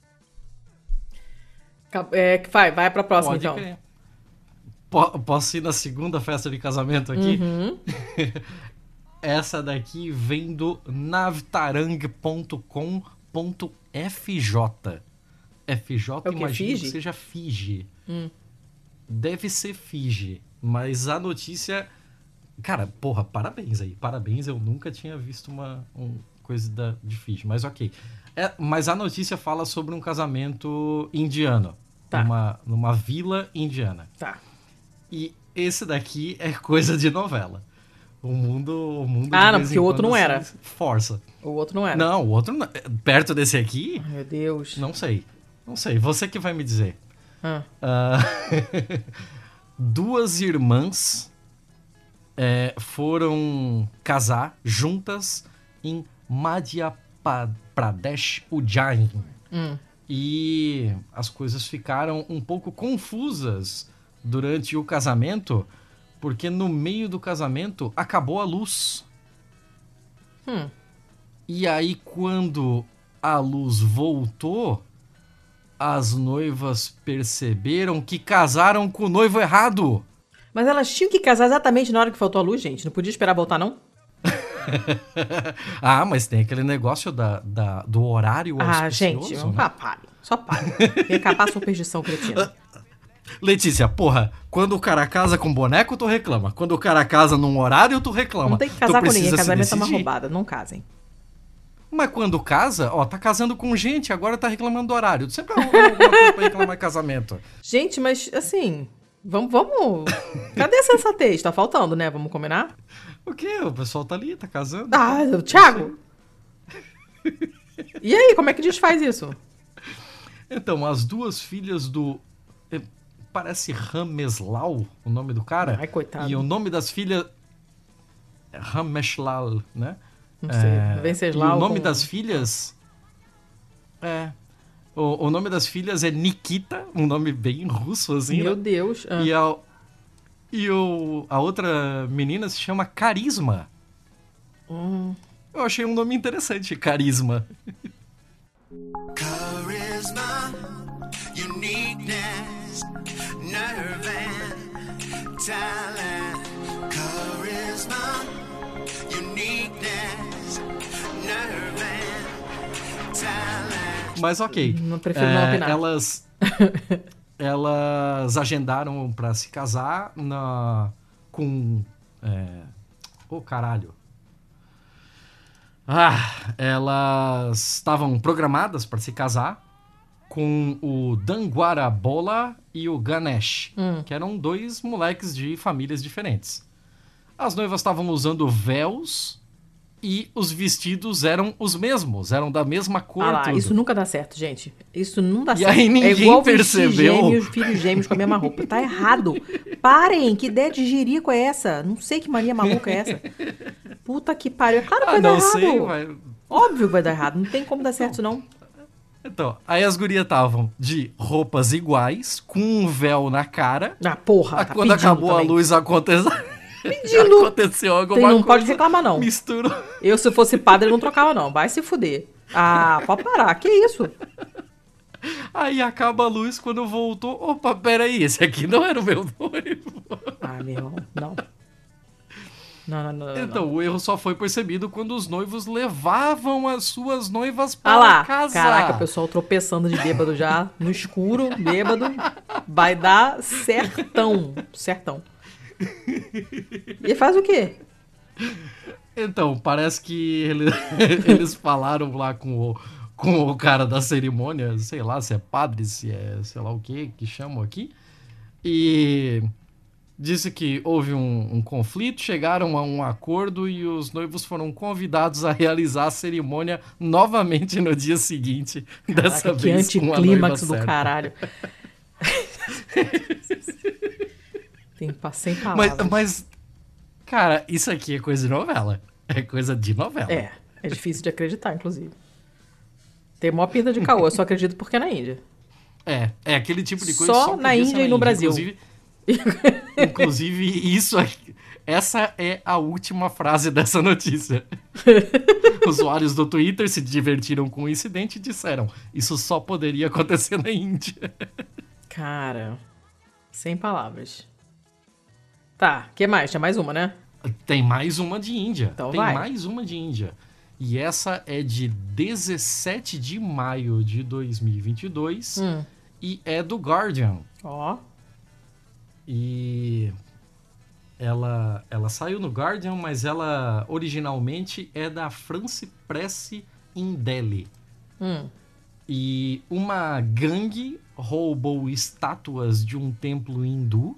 É, vai, vai pra próxima, Pode então. P- posso ir na segunda festa de casamento aqui? Uhum. Essa daqui vem do navtarang ponto com ponto f j. F J, é imagino que seja Fiji. Hum. Deve ser Fiji. Mas a notícia... Cara, porra, parabéns aí. Parabéns, eu nunca tinha visto uma, uma coisa da, de Fiji. Mas ok. É, mas a notícia fala sobre um casamento indiano. Tá. Numa, numa vila indiana. Tá. E esse daqui é coisa de novela. O mundo... O mundo ah, não, porque o outro não era. Força. O outro não era. Não, o outro... Não, perto desse aqui... Ai, meu Deus. Não sei. Não sei. Você que vai me dizer. Ah. Uh, duas irmãs é, foram casar juntas em Madhya Pradesh, Ujjain. Hum. E as coisas ficaram um pouco confusas durante o casamento, porque no meio do casamento acabou a luz. Hum. E aí quando a luz voltou, as noivas perceberam que casaram com o noivo errado. Mas elas tinham que casar exatamente na hora que faltou a luz, gente. Não podia esperar voltar, não? Ah, mas tem aquele negócio da, da, do horário Ah, auspicioso, gente, né? ah, pare. Só pare. Tem que acabar a superstição cretina. Letícia, porra, quando o cara casa com boneco, tu reclama. Quando o cara casa num horário, tu reclama. Não tem que Tu casar com precisa ninguém. se Casamento é uma decidir. roubada. Não casem. Mas quando casa, ó, tá casando com gente, agora tá reclamando do horário. Tu sempre arruma alguma coisa pra reclamar de casamento. Gente, mas assim... Vamos, vamos... Cadê a sensatez? Tá faltando, né? Vamos combinar? O quê? O pessoal tá ali, tá casando. Ah, Thiago! E aí, como é que desfaz isso? Então, as duas filhas do... eh, Parece Rameslau, o nome do cara. Ai, coitado. E o nome das filhas... é Rameslau, né? Não sei. É, Venceslau e o nome com- das filhas... É... O, o nome das filhas é Nikita, um nome bem russo, assim, Meu né? Deus. Ah. E, a, e o, a outra menina se chama Carisma. Hum. Eu achei um nome interessante, Carisma. Charisma, uniqueness, nerve and talent. Charisma, uniqueness, nerve and talent. Mas ok. Não prefiro não É, opinar. Elas, elas agendaram pra se casar na, com... É, oh, caralho. Ah, elas estavam programadas para se casar com o Danguarabola e o Ganesh, Hum. que eram dois moleques de famílias diferentes. As noivas estavam usando véus e os vestidos eram os mesmos, eram da mesma cor. Ah lá, tudo. isso nunca dá certo, gente. Isso não dá E certo. aí ninguém é igual vestir percebeu. gêmeos, filhos gêmeos com a mesma roupa. Tá errado. Parem, que ideia de jirico é essa? Não sei que mania maluca é essa. Puta que pariu. É claro que Ah, vai dar não errado. sei, vai... Óbvio que vai dar errado. Não tem como dar certo, não. Então, aí as gurias estavam de roupas iguais, com um véu na cara. Ah, porra. Ah, Tá quando pedindo acabou também. a luz, aconteceu... Pedindo. aconteceu alguma Tem- não coisa. pode reclamar, não. Misturou. Eu, se fosse padre, não trocava, não. Vai se fuder. Ah, pode parar. Que isso? Aí acaba a luz, quando voltou... Opa, peraí, esse aqui não era o meu noivo. Ah, meu irmão. Não. Não, não, não, não. Então, não. o erro só foi percebido quando os noivos levavam as suas noivas para Ah lá. casa. Caraca, o pessoal tropeçando de bêbado já, no escuro, bêbado. Vai dar certão. Certão. E faz o quê? Então, parece que ele- eles falaram lá com o, com o cara da cerimônia, sei lá se é padre, se é sei lá o que que chamam aqui, e disse que houve um, um conflito, chegaram a um acordo e os noivos foram convidados a realizar a cerimônia novamente no dia seguinte, dessa Caraca, que vez com a noiva anticlímax do certa. caralho. Tem pa- sem Mas, palavras. mas, cara, isso aqui é coisa de novela. É coisa de novela. É, é difícil de acreditar, inclusive. Tem mó pinta de caô, eu só acredito porque é na Índia. É, é aquele tipo de coisa Só que só na podia ser Índia e no Brasil. Inclusive, inclusive isso aqui, essa é a última frase dessa notícia. Usuários do Twitter se divertiram com o incidente e disseram: isso só poderia acontecer na Índia. Cara, sem palavras. Tá, que mais? Tinha mais uma, né? Tem mais uma de Índia. Então Tem vai. mais uma de Índia. E essa é de dezessete de maio de dois mil e vinte e dois Hum. e é do Guardian. Ó. E ela, ela saiu no Guardian, mas ela originalmente é da France Press em Delhi. Hum. E uma gangue roubou estátuas de um templo hindu.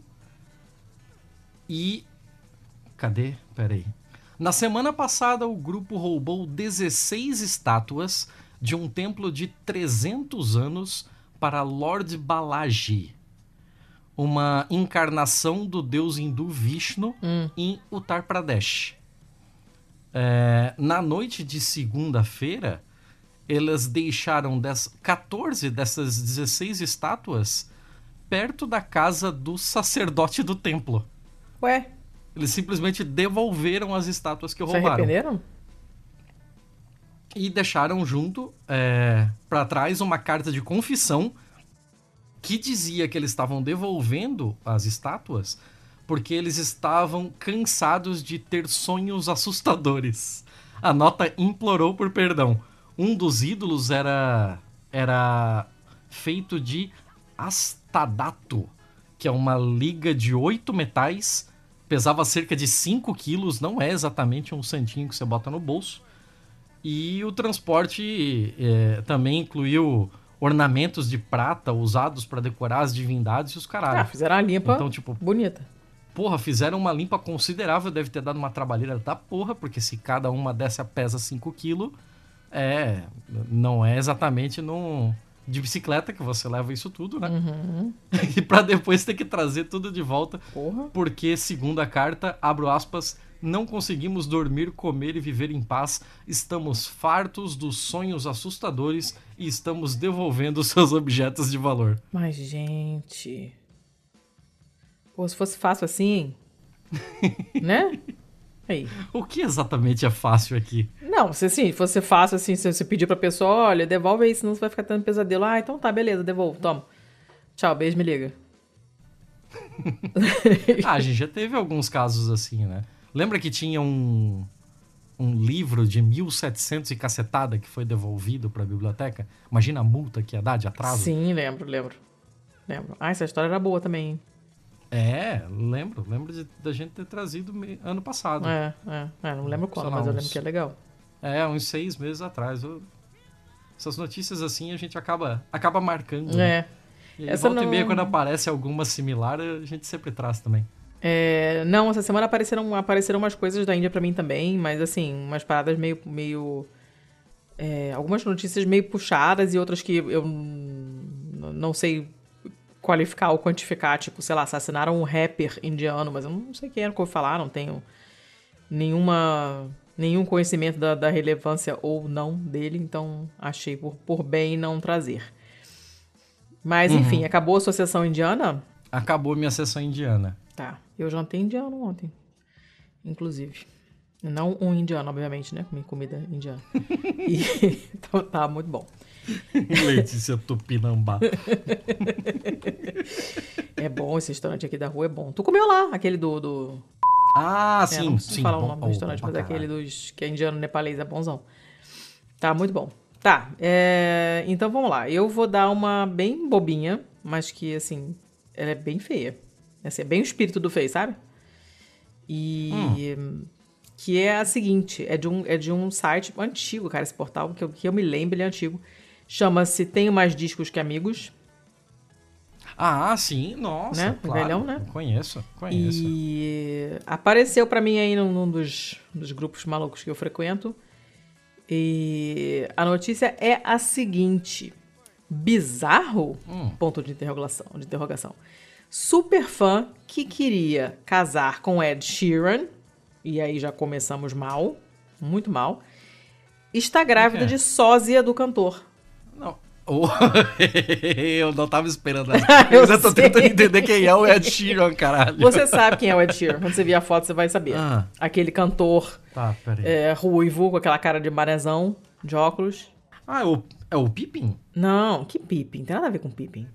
E... Cadê? Peraí. Na semana passada, o grupo roubou dezesseis estátuas de um templo de trezentos anos para Lord Balaji, uma encarnação do deus hindu Vishnu Hum. em Uttar Pradesh. É, na noite de segunda-feira, elas deixaram dez, quatorze dessas dezesseis estátuas perto da casa do sacerdote do templo. Ué, Eles simplesmente devolveram as estátuas que se roubaram. arrependeram? e deixaram junto, é, para trás, uma carta de confissão que dizia que eles estavam devolvendo as estátuas porque eles estavam cansados de ter sonhos assustadores. A nota implorou por perdão. Um dos ídolos era, era feito de astadato, que é uma liga de oito metais, pesava cerca de cinco quilos, não é exatamente um santinho que você bota no bolso. E o transporte é, também incluiu ornamentos de prata usados para decorar as divindades e os caralhos. Ah, fizeram uma limpa Então, tipo, bonita. porra, fizeram uma limpa considerável, deve ter dado uma trabalheira da porra, porque se cada uma dessa pesa cinco quilos, é, não é exatamente num, de bicicleta que você leva isso tudo, né? Uhum. E pra depois ter que trazer tudo de volta, Porra. porque, segundo a carta, abro aspas, não conseguimos dormir, comer e viver em paz, estamos fartos dos sonhos assustadores e estamos devolvendo seus objetos de valor. Mas, gente... Pô, se fosse fácil assim, né? Aí. O que exatamente é fácil aqui? Não, se assim, fosse fácil assim, se você pedir pra pessoa, olha, devolve aí, senão você vai ficar tendo pesadelo. Ah, então tá, beleza, devolvo, toma. Tchau, beijo, me liga. Ah, a gente já teve alguns casos assim, né? Lembra que tinha um, um livro de mil e setecentos e cacetada que foi devolvido pra biblioteca? Imagina a multa que ia dar de atraso. Sim, lembro, lembro. Lembro. Ah, essa história era boa também, hein? É, lembro. Lembro de, da gente ter trazido me- ano passado. É, é, é, não lembro quando, Sei lá, mas eu uns- lembro que é legal. É, uns seis meses atrás. Eu- Essas notícias assim a gente acaba, acaba marcando. né? É. E aí, Essa volta não- e meia, quando aparece alguma similar, a gente sempre traz também. É, não, essa semana apareceram, apareceram umas coisas da Índia pra mim também, mas assim, umas paradas meio. meio é, algumas notícias meio puxadas e outras que eu n- não sei qualificar ou quantificar. Tipo, sei lá, assassinaram um rapper indiano, mas eu não sei quem era que eu falar, não tenho nenhuma, nenhum conhecimento da, da relevância ou não dele, então achei por, por bem não trazer. Mas enfim, acabou a associação indiana? Acabou minha sessão indiana. Tá. Eu jantei indiano ontem. Inclusive. Não um indiano, obviamente, né? Comi comida indiana. E então, tá muito bom. Letícia Tupinambá. É bom esse restaurante aqui da rua, é bom. Tu comeu lá, aquele do... do... Ah, É, sim, não preciso sim. falar bom- o nome do oh, restaurante, bom mas pra é aquele caralho. dos que é indiano nepalês, é bonzão. Tá, muito bom. Tá, é, então vamos lá. Eu vou dar uma bem bobinha, mas que, assim, ela é bem feia. Assim, é bem o espírito do feio, sabe? E... Que é a seguinte, é de um, é de um site antigo, cara, esse portal, que eu, que eu me lembro, ele é antigo. Chama-se Tenho Mais Discos Que Amigos. Ah, sim, nossa, Né? claro. Velhão, né? Conheço, conheço. E apareceu pra mim aí num, num dos, dos grupos malucos que eu frequento. E a notícia é a seguinte. Bizarro? Hum. Ponto de interrogação, de interrogação. Super fã que queria casar com Ed Sheeran, e aí já começamos mal, muito mal, está grávida É. de sósia do cantor. Não. Oh, eu não tava esperando essa. Eu Eu já tô sei. tentando entender quem é o Ed Sheeran, caralho. Você sabe quem é o Ed Sheeran. Quando você vir a foto, você vai saber. Ah. Aquele cantor Tá, peraí. é, ruivo, com aquela cara de marezão, de óculos. Ah, é o, é o Pippin? Não, que Pippin. Não tem nada a ver com Pippin.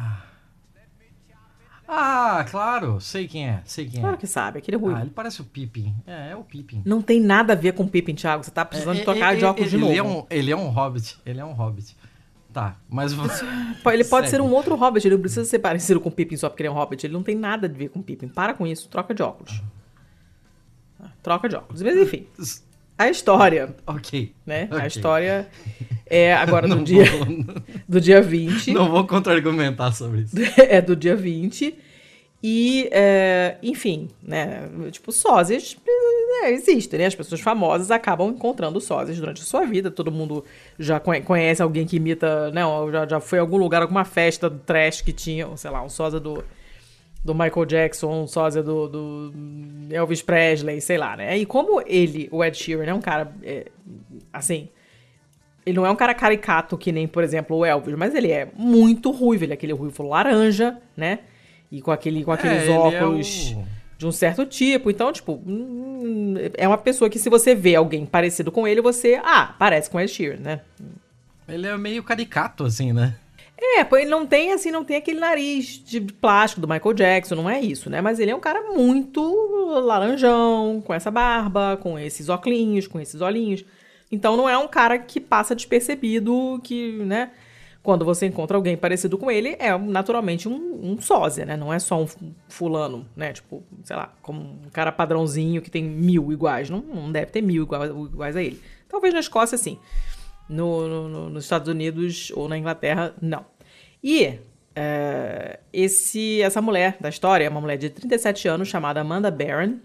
Ah, claro, sei quem é, sei quem é. Claro que sabe, aquele ruivo. Ah, ele parece o Pippin. É, é o Pippin. Não tem nada a ver com Pippin, Thiago. Você tá precisando É, trocar é, de é, óculos de ele novo. É um, ele é um hobbit, ele é um hobbit. Tá, mas você... Ele pode Segue. ser um outro Hobbit, ele não precisa ser parecido com o Pippin só porque ele é um Hobbit. Ele não tem nada a ver com o Pippin. Para com isso, troca de óculos. Ah, Troca de óculos. Mas enfim, a história, Ok. né? Ok. A história é agora do Não dia, vou- do dia vinte. Não vou contra-argumentar sobre isso. É do dia vinte. E, é, enfim, né? Tipo, sósias né, existem, né? As pessoas famosas acabam encontrando sósias durante a sua vida. Todo mundo já conhe- conhece alguém que imita, né? Ou já, já foi a algum lugar, alguma festa do trash que tinha, ou sei lá, um sósia do, do Michael Jackson, um sósia do, do Elvis Presley, sei lá, né? E como ele, o Ed Sheeran, é um cara, é, assim... Ele não é um cara caricato que nem, por exemplo, o Elvis, mas ele é muito ruivo. Ele é aquele ruivo laranja, né? E com, aquele, com aqueles ele é óculos o- de um certo tipo. Então, tipo, hum, é uma pessoa que se você vê alguém parecido com ele, você, ah, parece com Ed Sheeran, né? Ele é meio caricato, assim, né? É, pô, ele não tem, assim, não tem aquele nariz de plástico do Michael Jackson, não é isso, né? Mas ele é um cara muito laranjão, com essa barba, com esses óculos, com esses olhinhos. Então não é um cara que passa despercebido, que, né? Quando você encontra alguém parecido com ele, é naturalmente um, um sósia, né? Não é só um fulano, né? Tipo, sei lá, como um cara padrãozinho que tem mil iguais. Não, não deve ter mil iguais, iguais a ele. Talvez na Escócia, sim. No, no- no- nos Estados Unidos ou na Inglaterra, não. E é, esse, essa mulher da história é uma mulher de trinta e sete anos chamada Amanda Barron.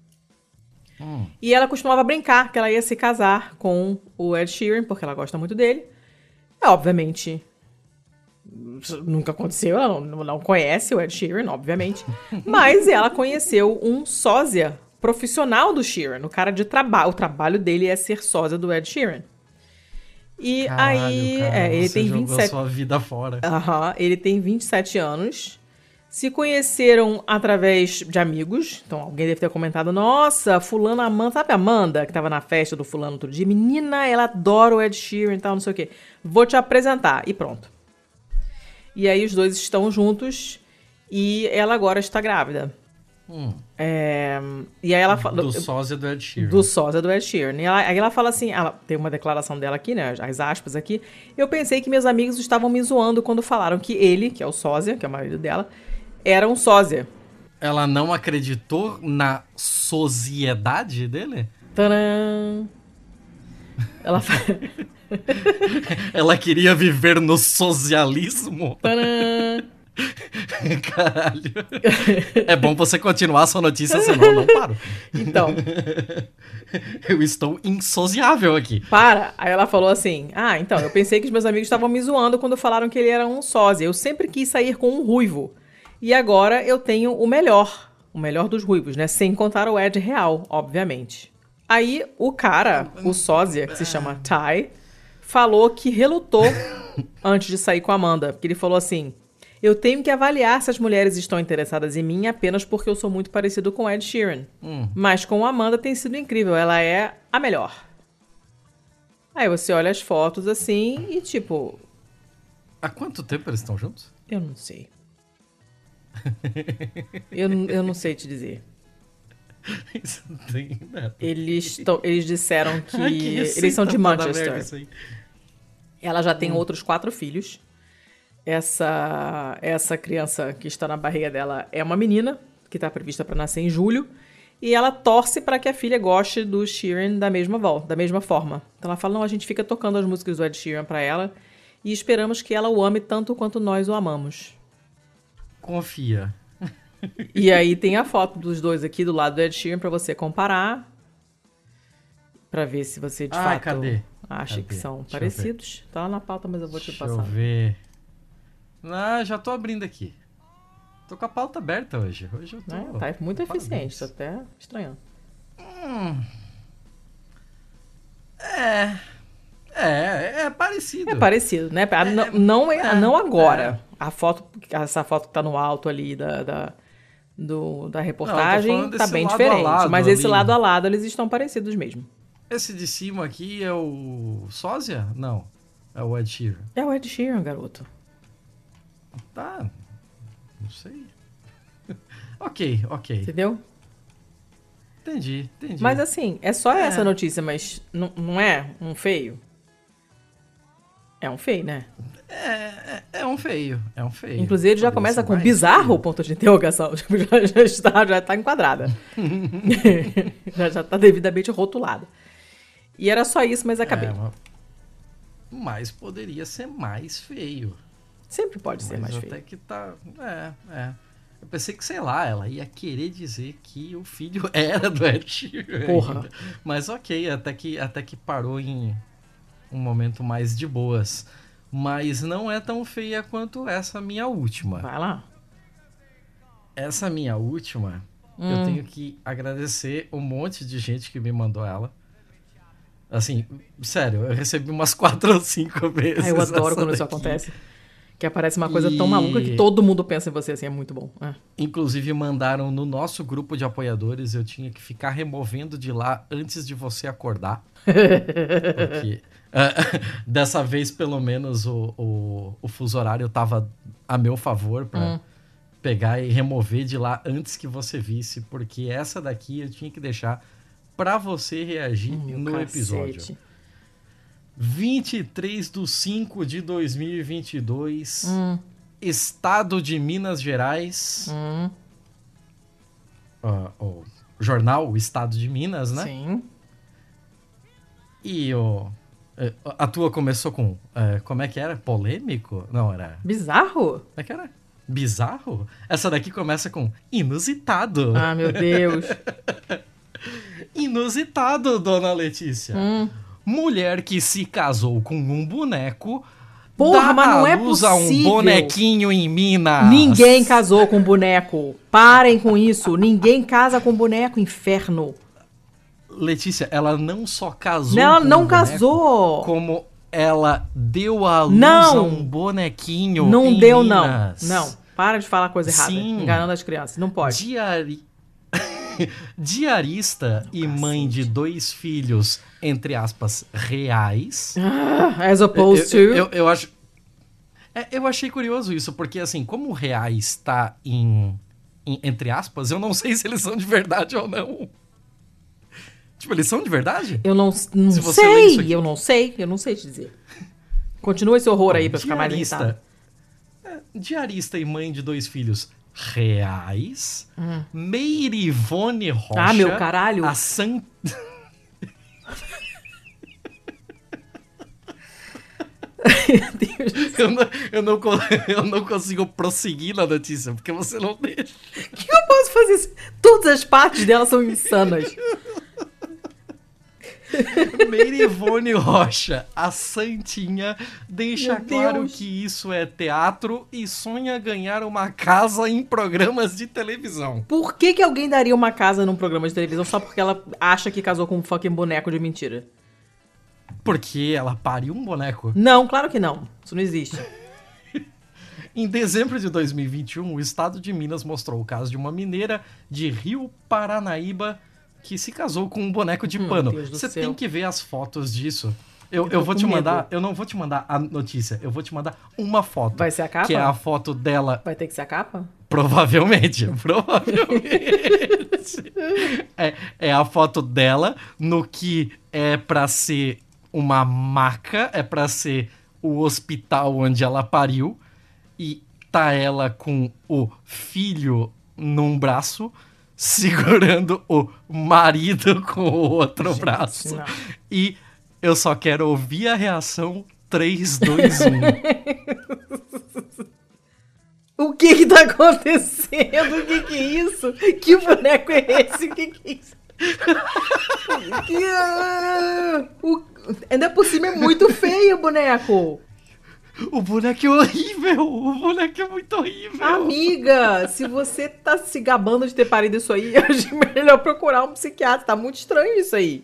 Hum. E ela costumava brincar que ela ia se casar com o Ed Sheeran, porque ela gosta muito dele. É, obviamente, isso nunca aconteceu, ela não, não conhece o Ed Sheeran, obviamente. Mas ela conheceu um sósia profissional do Sheeran, o cara de trabalho. O trabalho dele é ser sósia do Ed Sheeran. E Caralho, aí, cara, é, ele você tem jogou vinte e sete. sua vida fora. Aham, ele tem vinte e sete anos. Se conheceram através de amigos. Então, alguém deve ter comentado: Nossa, fulano Amanda. Sabe a Amanda, que tava na festa do fulano outro dia? Menina, ela adora o Ed Sheeran e tal, não sei o quê. Vou te apresentar. E pronto. E aí, os dois estão juntos. E ela agora está grávida. Hum. É, e aí ela fala. Do sósia do Ed Sheeran. Do sósia do Ed Sheeran. E ela, aí ela fala assim, ela tem uma declaração dela aqui, né, as aspas aqui. Eu pensei que meus amigos estavam me zoando quando falaram que ele, que é o sósia, que é o marido dela, era um sósia. Ela não acreditou na sociedade dele? Tadã! Ela fala... Ela queria viver no socialismo? Tadã! Caralho. É bom você continuar sua notícia, senão eu não paro. Então, Eu estou insociável aqui. para. Aí ela falou assim, ah, então, eu pensei que os meus amigos estavam me zoando quando falaram que ele era um sósia. Eu sempre quis sair com um ruivo. E agora eu tenho o melhor. O melhor dos ruivos, né? Sem contar o Ed real, obviamente. Aí o cara, o sósia, que se chama Ty, falou que relutou antes de sair com a Amanda. Porque ele falou assim, eu tenho que avaliar se as mulheres estão interessadas em mim apenas porque eu sou muito parecido com o Ed Sheeran. Hum. Mas com a Amanda tem sido incrível. Ela é a melhor. Aí você olha as fotos assim e tipo, Há quanto tempo eles estão juntos? eu não sei. Eu, n- eu não sei te dizer. Isso não tem nada. Eles, tão, eles disseram que, Ai, que eles são de receita toda Manchester. merda isso aí. Ela já tem outros quatro filhos. Essa, essa criança que está na barriga dela é uma menina, que está prevista para nascer em julho. E ela torce para que a filha goste do Sheeran da mesma volta, da mesma forma. Então ela fala, não, a gente fica tocando as músicas do Ed Sheeran para ela e esperamos que ela o ame tanto quanto nós o amamos. Confia. E aí tem a foto dos dois aqui do lado do Ed Sheeran para você comparar. Para ver se você de Ah, fato cadê? acha Cadê? que são Deixa eu parecidos. Tá lá na pauta, mas eu vou te Deixa passar. eu ver. Ah, já tô abrindo aqui. Tô com a pauta aberta hoje. Hoje eu tô... Né? Tá muito Parabéns. eficiente, tô até estranhando. É... É, é parecido. É parecido, né? A- não, não, é, é, não agora. A foto, essa foto que tá no alto ali da, da, do- da reportagem falando tá desse bem lado a diferente. lado Mas esse ali. lado a lado eles estão parecidos mesmo. Esse de cima aqui é o sósia? Não. É o Ed Sheeran. É o Ed Sheeran, garoto. Tá. Não sei. ok, ok. Entendeu? Entendi, entendi. Mas assim, é só É. essa notícia, mas não, não é um feio? É um feio, né? É, é, é um feio. É um feio. Inclusive, ele já Poderia começa ser com mais bizarro, feio. ponto de interrogação. Tipo, já, já, está, já está enquadrada. já, já está devidamente rotulada. E era só isso, mas acabei. É, mas- mas poderia ser mais feio. Sempre pode ser Mas mais até feio. que tá. É, é. Eu pensei que, sei lá, ela ia querer dizer que o filho era do Ed Sheeran. Porra. ainda. Mas ok, até que, até que parou em um momento mais de boas. Mas não é tão feia quanto essa minha última. Vai lá. Essa minha última, Hum. eu tenho que agradecer um monte de gente que me mandou ela. Assim, sério, eu recebi umas quatro ou cinco vezes. Ah, eu adoro essa quando isso daqui. acontece. Que aparece uma coisa tão E- maluca que todo mundo pensa em você, assim, é muito bom. É. Inclusive mandaram no nosso grupo de apoiadores, eu tinha que ficar removendo de lá antes de você acordar. Porque ah, dessa vez, pelo menos, o, o, o fuso horário tava a meu favor pra Hum. pegar e remover de lá antes que você visse, porque essa daqui eu tinha que deixar pra você reagir Meu no cacete. episódio. vinte e três de cinco de dois mil e vinte e dois, Hum, Estado de Minas Gerais, hum, ah, o jornal O Estado de Minas, né? sim. E o, eh, a tua começou com, eh, como é que era? Polêmico? Não, era... Bizarro? Como é que era? Bizarro? Essa daqui começa com inusitado. Ah, meu Deus. Inusitado, dona Letícia. Hum. Mulher que se casou com um boneco Porra, dá mas não à é luz a um possível. bonequinho em Minas. Ninguém casou com boneco. Parem com isso. Ninguém casa com boneco, inferno. Letícia, ela não só casou Ela com não um boneco, casou. como ela deu à luz Não. a um bonequinho Não em deu, não. Minas. Não. Para de falar coisa errada. Sim. Enganando as crianças. Não pode. Diari... Diarista e mãe de dois filhos, entre aspas, reais. As opposed to. Eu, eu, eu acho. É, eu achei curioso isso, porque assim, como o reais tá em, em- entre aspas, eu não sei se eles são de verdade ou não. Tipo, eles são de verdade? Eu não, não Se você lê isso sei. aqui- Eu não sei. Eu não sei te dizer. Continua esse horror aí pra eu ficar mais irritada. Diarista, é, diarista e mãe de dois filhos reais. Meirivone Rocha. Ah, meu caralho. A San... Meu Deus. eu, não, eu, não, co- eu não consigo prosseguir na notícia, porque você não deixa. O que eu posso fazer? isso? Todas as partes dela são insanas. Meirivone Rocha, a Santinha, deixa Meu claro Deus. que isso é teatro e sonha ganhar uma casa em programas de televisão. Por que, que alguém daria uma casa num programa de televisão só porque ela acha que casou com um fucking boneco de mentira? Porque ela pariu um boneco. Não, claro que não. Isso não existe. Em dezembro de dois mil e vinte e um, o estado de Minas mostrou o caso de uma mineira de Rio Paranaíba que se casou com um boneco de Hum, pano. Deus do Você céu. tem que ver as fotos disso. Eu, Eu eu tô vou com te medo. mandar, eu não vou te mandar a notícia, eu vou te mandar uma foto. Vai ser a capa? Que é a foto dela. Vai ter que ser a capa? Provavelmente, provavelmente. é, é a foto dela no que é pra ser uma maca, é pra ser o hospital onde ela pariu, e tá ela com o filho num braço, segurando o marido com o outro braço. não. E eu só quero ouvir a reação três, dois, um. O que que tá acontecendo? O que que é isso? Que boneco é esse? O que que é isso? Que... ah, o... Ainda por cima é muito feio o boneco. O boneco é horrível! O boneco é muito horrível! Amiga, se você tá se gabando de ter parido isso aí, eu acho melhor procurar um psiquiatra. Tá muito estranho isso aí.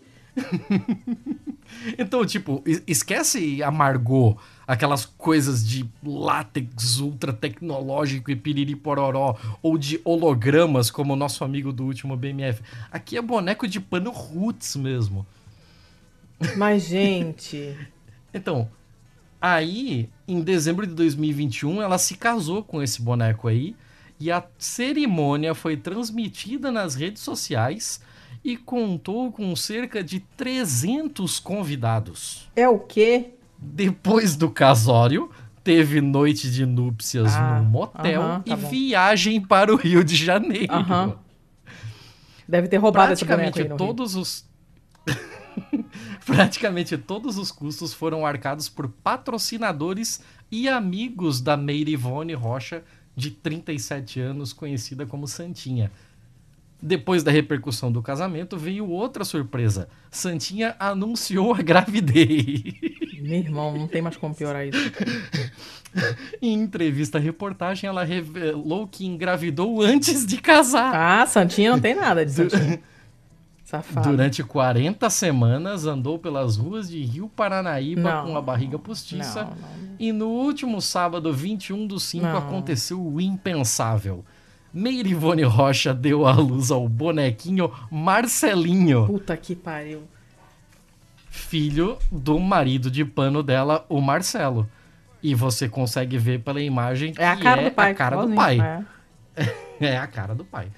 Então, tipo, es- esquece a Margot, aquelas coisas de látex ultra tecnológico e piriri pororó, ou de hologramas, como o nosso amigo do último B M F. Aqui é boneco de pano roots mesmo. Mas, gente... Então, aí, em dezembro de dois mil e vinte e um, ela se casou com esse boneco aí, e a cerimônia foi transmitida nas redes sociais e contou com cerca de trezentos convidados. É o quê? Depois do casório, teve noite de núpcias Ah, num motel aham, tá e bom. viagem para o Rio de Janeiro. Aham. Deve ter roubado esse boneco Praticamente aí no Rio. todos os Praticamente todos os custos foram arcados por patrocinadores e amigos da Meirivone Rocha, de trinta e sete anos, conhecida como Santinha. Depois da repercussão do casamento, veio outra surpresa. Santinha anunciou a gravidez. Meu irmão, não tem mais como piorar isso. Em entrevista à reportagem, ela revelou que engravidou antes de casar. Ah, Santinha não tem nada de Santinha. Safado. Durante quarenta semanas, andou pelas ruas de Rio Paranaíba Não, com a barriga postiça. não, não. E no último sábado, vinte e um do cinco, Não. aconteceu o impensável. Meire Ivone Rocha deu à luz ao bonequinho Marcelinho, Puta que pariu. filho do marido de pano dela, o Marcelo. E você consegue ver pela imagem que É a cara é do pai. a cara do igualzinho, pai. é. É a cara do pai.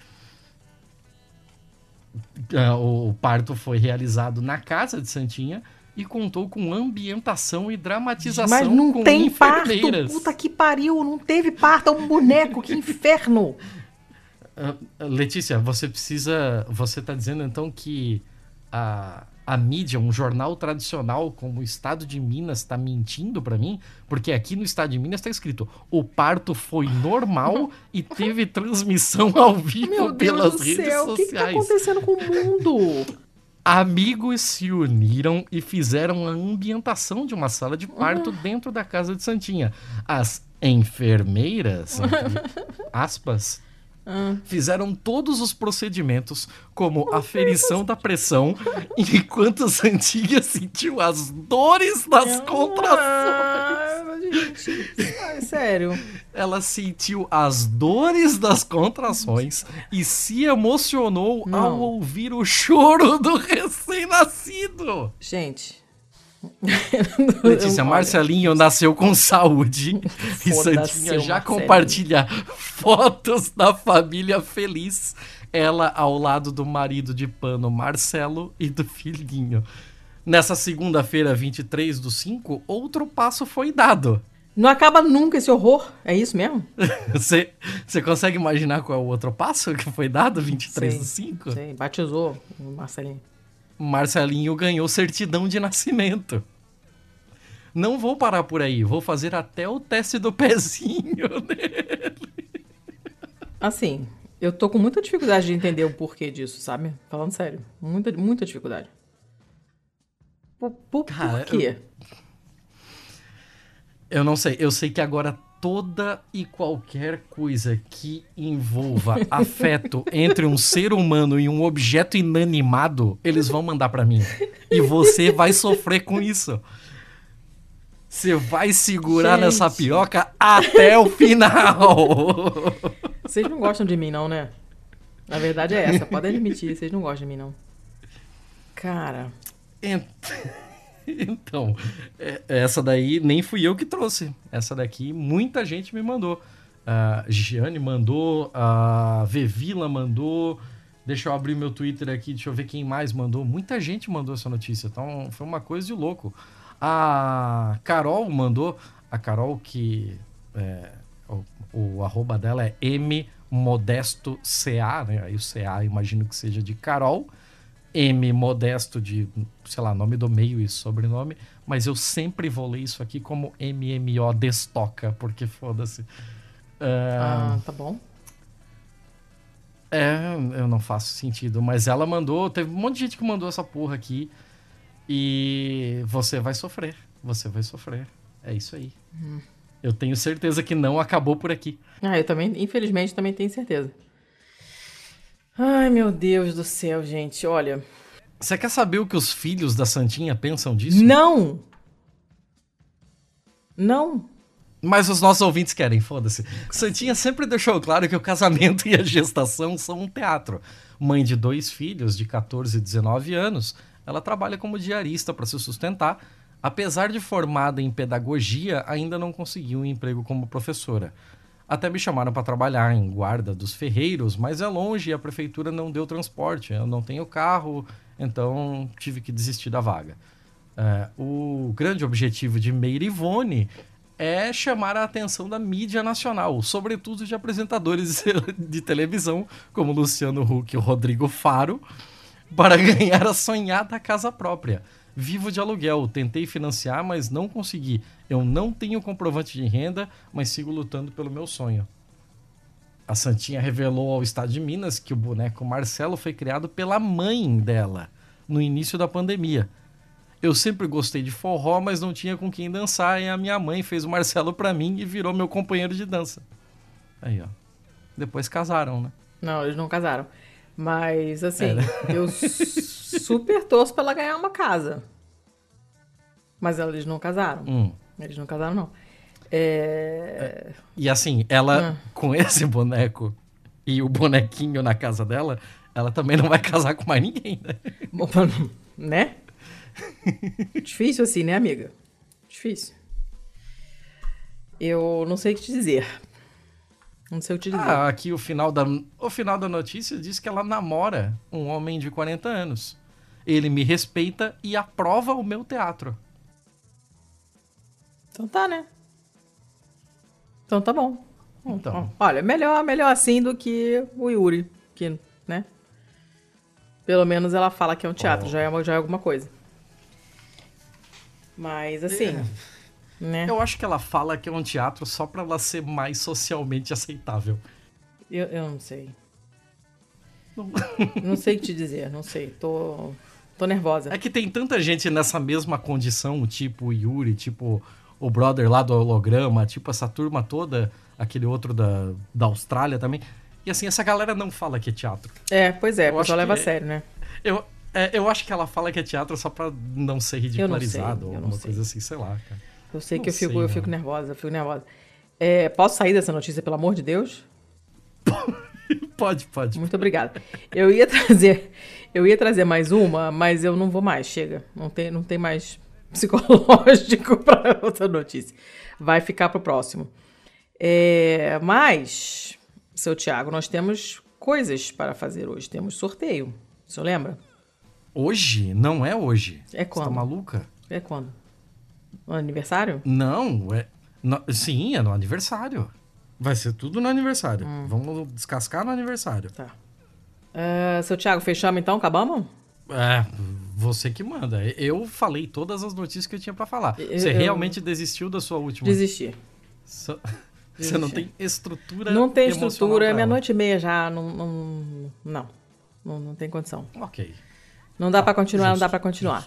Ah, O parto foi realizado na casa de Santinha e contou com ambientação e dramatização Mas não com tem parto. enfermeiras. Puta que pariu. Não teve parto. É um boneco. Que inferno. Ah, Letícia, você precisa... Você tá dizendo então que a, a mídia, um jornal tradicional como o Estado de Minas está mentindo pra mim? Porque aqui no Estado de Minas tá escrito: o parto foi normal e teve transmissão ao vivo Meu Deus pelas do redes céu. O que, que tá sociais. acontecendo com o mundo? Amigos se uniram e fizeram a ambientação de uma sala de parto Uhum. dentro da casa de Santinha. As enfermeiras, entre aspas, Ah. fizeram todos os procedimentos, como aferição da pressão, enquanto Santinha sentiu as dores das contrações. Ah, gente. Ai, sério. Ela sentiu as dores das contrações e se emocionou Não. ao ouvir o choro do recém-nascido. Gente. Letícia, Eu- Marcelinho nasceu com saúde e Foda-se, Santinha já Marcelinho. compartilha fotos da família feliz. Ela ao lado do marido de pano Marcelo e do filhinho. Nessa segunda-feira, vinte e três do cinco, outro passo foi dado. Não acaba nunca esse horror. É isso mesmo? Você, você consegue imaginar qual é o outro passo que foi dado, vinte e três Sei, do cinco? Sei, batizou o Marcelinho. Marcelinho ganhou certidão de nascimento. Não vou parar por aí, vou fazer até o teste do pezinho dele. Assim, eu tô com muita dificuldade de entender o porquê disso, sabe? Falando sério. Muita, muita dificuldade. Por, por, Cara, por quê? Eu não sei, eu sei que agora toda e qualquer coisa que envolva afeto entre um ser humano e um objeto inanimado, eles vão mandar pra mim. E você vai sofrer com isso. Você vai segurar Gente. nessa pioca até o final. Vocês não gostam de mim, não, né? A verdade é essa, pode admitir, vocês não gostam de mim, não. Cara, Ent- Então, é- essa daí nem fui eu que trouxe. Essa daqui muita gente me mandou. A Giane mandou, a Vevila mandou. Deixa eu abrir meu Twitter aqui, deixa eu ver quem mais mandou. Muita gente mandou essa notícia, então foi uma coisa de louco. A Carol mandou, a Carol que é, o, o arroba dela é mmodestoca, né? Aí o C A imagino que seja de Carol. M Modesto de, sei lá, nome do meio e sobrenome, mas eu sempre vou ler isso aqui como M M O Destoca, porque foda-se. É, ah, tá bom. é, eu não faço sentido, mas ela mandou, teve um monte de gente que mandou essa porra aqui e você vai sofrer, você vai sofrer, é isso aí. Eu tenho certeza que não acabou por aqui. Ah, eu também, infelizmente, também tenho certeza. Ai, meu Deus do céu, gente, olha. Você quer saber o que os filhos da Santinha pensam disso? Não! Não! Mas os nossos ouvintes querem, foda-se. Santinha sempre deixou claro que o casamento e a gestação são um teatro. Mãe de dois filhos, de catorze e dezenove anos, ela trabalha como diarista para se sustentar. Apesar de formada em pedagogia, ainda não conseguiu um emprego como professora. Até me chamaram para trabalhar em guarda dos ferreiros, mas é longe e a prefeitura não deu transporte. Eu não tenho carro, então tive que desistir da vaga. É, o grande objetivo de Meire Ivone é chamar a atenção da mídia nacional, sobretudo de apresentadores de televisão, como Luciano Huck e o Rodrigo Faro, para ganhar a sonhada casa própria. Vivo de aluguel, tentei financiar, mas não consegui. Eu não tenho comprovante de renda, mas sigo lutando pelo meu sonho. A Santinha revelou ao Estado de Minas que o boneco Marcelo foi criado pela mãe dela, no início da pandemia. Eu sempre gostei de forró, mas não tinha com quem dançar, e a minha mãe fez o Marcelo pra mim e virou meu companheiro de dança. Aí, ó. Depois casaram, né? Não, eles não casaram. Mas, assim, É, né? eu su- super torço pra ela ganhar uma casa. Mas eles não casaram. Hum. Eles não casaram, não. É... E assim, ela, Ah. com esse boneco e o bonequinho na casa dela, ela também não vai casar com mais ninguém, né? Bom, né? Difícil assim, né, amiga? Difícil. Eu não sei o que te dizer. Não sei o que te dizer. Ah, aqui o final, da, o final da notícia diz que ela namora um homem de quarenta anos. Ele me respeita e aprova o meu teatro. Então tá, né? Então tá bom. Então. Olha, melhor, melhor assim do que o Yuri, que, né? Pelo menos ela fala que é um teatro, Oh. já, é, uma- já é alguma coisa. Mas assim, né? Eu acho que ela fala que é um teatro só pra ela ser mais socialmente aceitável. Eu, eu não sei. Não- Não sei o que te dizer, não sei. Tô, tô nervosa. É que tem tanta gente nessa mesma condição, tipo o Yuri, tipo o brother lá do holograma, tipo essa turma toda, aquele outro da, da Austrália também. E assim, essa galera não fala que é teatro. É, pois é, Eu o pessoal acho leva a que- sério, né? Eu, é, eu acho que ela fala que é teatro só pra não ser ridicularizado eu ou não alguma sei. coisa assim, sei lá, cara. Eu sei Não que eu fico, sei, eu não. fico nervosa, eu fico nervosa. É, posso sair dessa notícia, pelo amor de Deus? Pode, pode. Muito obrigada. Eu ia trazer, eu ia trazer mais uma, mas eu não vou mais, chega. Não tem, não tem mais psicológico para outra notícia. Vai ficar pro próximo. É, mas, seu Thiago, nós temos coisas para fazer hoje. Temos sorteio. O senhor lembra? Hoje? Não é hoje. É Você quando? tá maluca? É quando? No aniversário? Não, é... no- sim, é no aniversário. Vai ser tudo no aniversário. Hum. Vamos descascar no aniversário. Tá. É, seu Thiago, fechamos então? Acabamos? É, você que manda. Eu falei todas as notícias que eu tinha pra falar. Eu- Você eu- realmente desistiu da sua última? Desistir. Só- Você não Desistir. tem estrutura Não tem emocional estrutura, é pra ela. meia-noite e meia já. Não, não, não, não, não tem condição. Ok. Não dá pra continuar, não justo, dá pra continuar.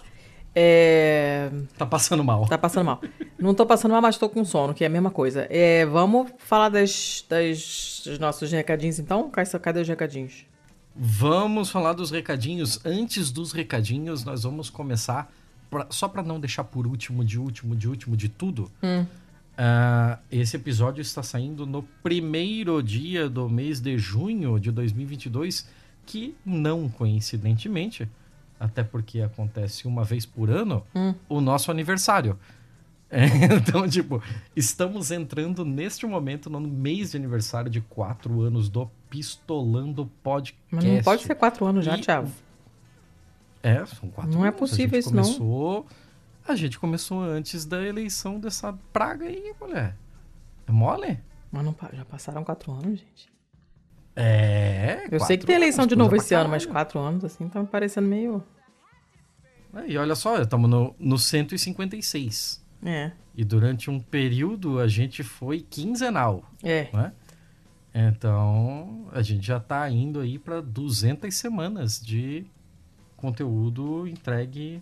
É, Tá passando mal. tá passando mal. Não tô passando mal, mas tô com sono, que é a mesma coisa. É, vamos falar das, das, dos nossos recadinhos, então? Cadê cadê os recadinhos? Vamos falar dos recadinhos. Antes dos recadinhos, nós vamos começar, pra- só para não deixar por último, de último, de último, de tudo. Ah, esse episódio está saindo no primeiro dia do mês de junho de dois mil e vinte e dois, que não coincidentemente, até porque acontece uma vez por ano, o nosso aniversário. É, então, tipo, estamos entrando neste momento no mês de aniversário de quatro anos do Pistolando Podcast. Mas não pode ser quatro anos já, E- Thiago. É, são quatro Não é anos. possível a gente isso, não. começou, A gente começou antes da eleição dessa praga aí, mulher. É mole? Mas não, pa- já passaram quatro anos, gente. É, Eu sei quatro que tem eleição anos, de coisa novo pra esse ano, mas caralho. quatro anos, assim, tá me parecendo meio... É, e olha só, estamos no, no cento e cinquenta e seis. É, E durante um período a gente foi quinzenal, é. né? Então, a gente já tá indo aí para duzentas semanas de conteúdo entregue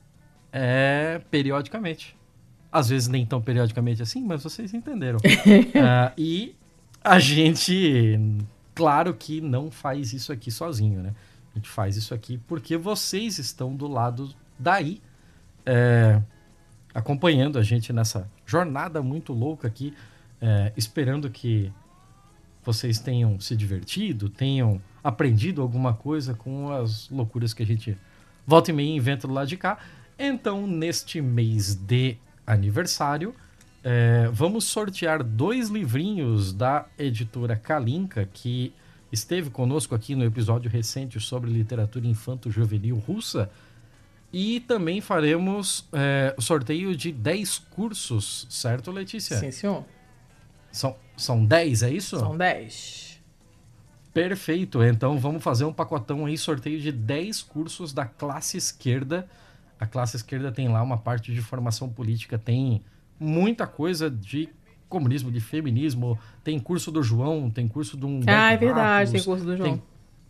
é, periodicamente. Às vezes nem tão periodicamente assim, mas vocês entenderam. Ah, e a gente, claro que não faz isso aqui sozinho, né? A gente faz isso aqui porque vocês estão do lado daí, é, acompanhando a gente nessa jornada muito louca aqui, é, esperando que vocês tenham se divertido, tenham aprendido alguma coisa com as loucuras que a gente volta e meia inventa do lado de cá. Então, neste mês de aniversário, é, vamos sortear dois livrinhos da editora Kalinka, que esteve conosco aqui no episódio recente sobre literatura infanto-juvenil russa. E também faremos é, o sorteio de dez cursos, certo, Letícia? Sim, senhor. São, são dez, é isso? São dez. Perfeito, então vamos fazer um pacotão aí, sorteio de dez cursos da classe esquerda. A classe esquerda tem lá uma parte de formação política, tem muita coisa de comunismo, de feminismo, tem curso do João, tem curso do Humberto Ah, é verdade, tem Marcos, curso do João.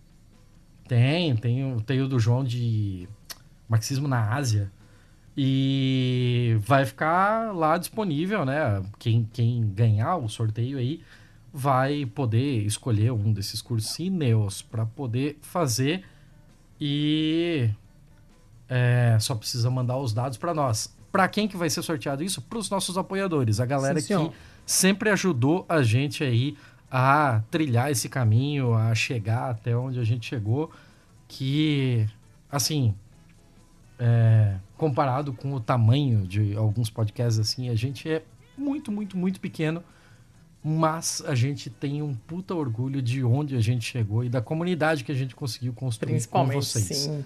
Tem, tem, o- tem o do João de marxismo na Ásia. E vai ficar lá disponível, né? Quem, quem ganhar o sorteio aí vai poder escolher um desses cursinhos para poder fazer e é, só precisa mandar os dados para nós. Para quem que vai ser sorteado isso? Para os nossos apoiadores, a galera Sim, que senhor. sempre ajudou a gente aí a trilhar esse caminho, a chegar até onde a gente chegou, que, assim, é, comparado com o tamanho de alguns podcasts, assim, a gente é muito, muito, muito pequeno, mas a gente tem um puta orgulho de onde a gente chegou e da comunidade que a gente conseguiu construir com Principalmente, vocês. sim.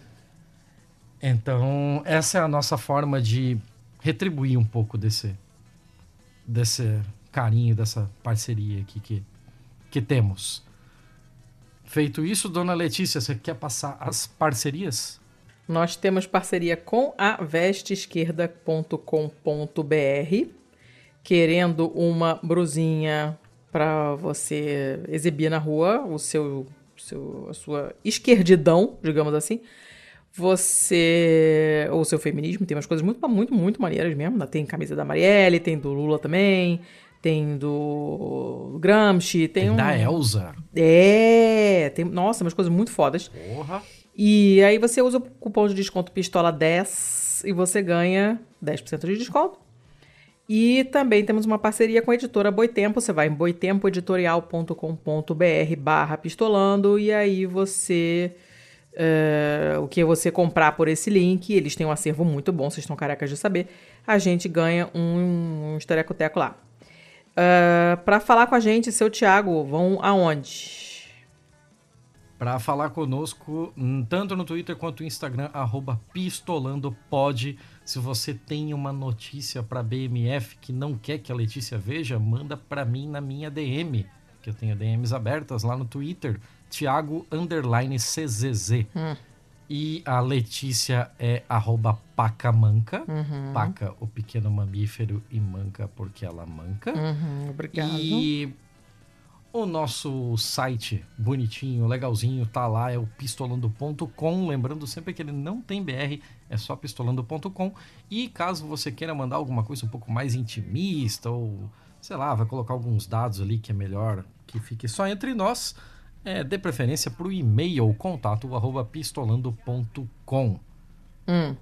Então, essa é a nossa forma de retribuir um pouco desse, desse carinho, dessa parceria aqui que, que temos. Feito isso, dona Letícia, você quer passar as parcerias? Nós temos parceria com a veste esquerda ponto com ponto b r. Querendo uma brusinha para você exibir na rua, o seu, seu, a sua esquerdidão, digamos assim. Você... Ou seu feminismo, tem umas coisas muito, muito, muito maneiras mesmo. Tem camisa da Marielle, tem do Lula também, tem do Gramsci, tem, Tem um... da Elza. É, tem... Nossa, umas coisas muito fodas. Porra. E aí você usa o cupom de desconto pistola dez e você ganha dez por cento de desconto. E também temos uma parceria com a editora Boitempo. Você vai em boitempo editorial ponto com ponto b r barra pistolando e aí você... Uh, o que você comprar por esse link, eles têm um acervo muito bom, vocês estão carecas de saber, a gente ganha um, um esterecoteco lá. Uh, para falar com a gente, seu Thiago, vão aonde? Para falar conosco, tanto no Twitter quanto no Instagram, arroba pistolandopod. Se você tem uma notícia para B M F que não quer que a Letícia veja, manda para mim na minha D M, que eu tenho D Ms abertas lá no Twitter, Thiago underline C Z Z. Hum. E a Letícia é arroba pacamanca, Uhum. paca o pequeno mamífero e manca porque ela manca. Uhum, obrigado. E o nosso site bonitinho, legalzinho, tá lá, é o pistolando ponto com. Lembrando sempre que ele não tem B R, é só pistolando ponto com. E caso você queira mandar alguma coisa um pouco mais intimista ou, sei lá, vai colocar alguns dados ali que é melhor que fique só entre nós, é, dê preferência pro e-mail contato arroba pistolando ponto com. Hum.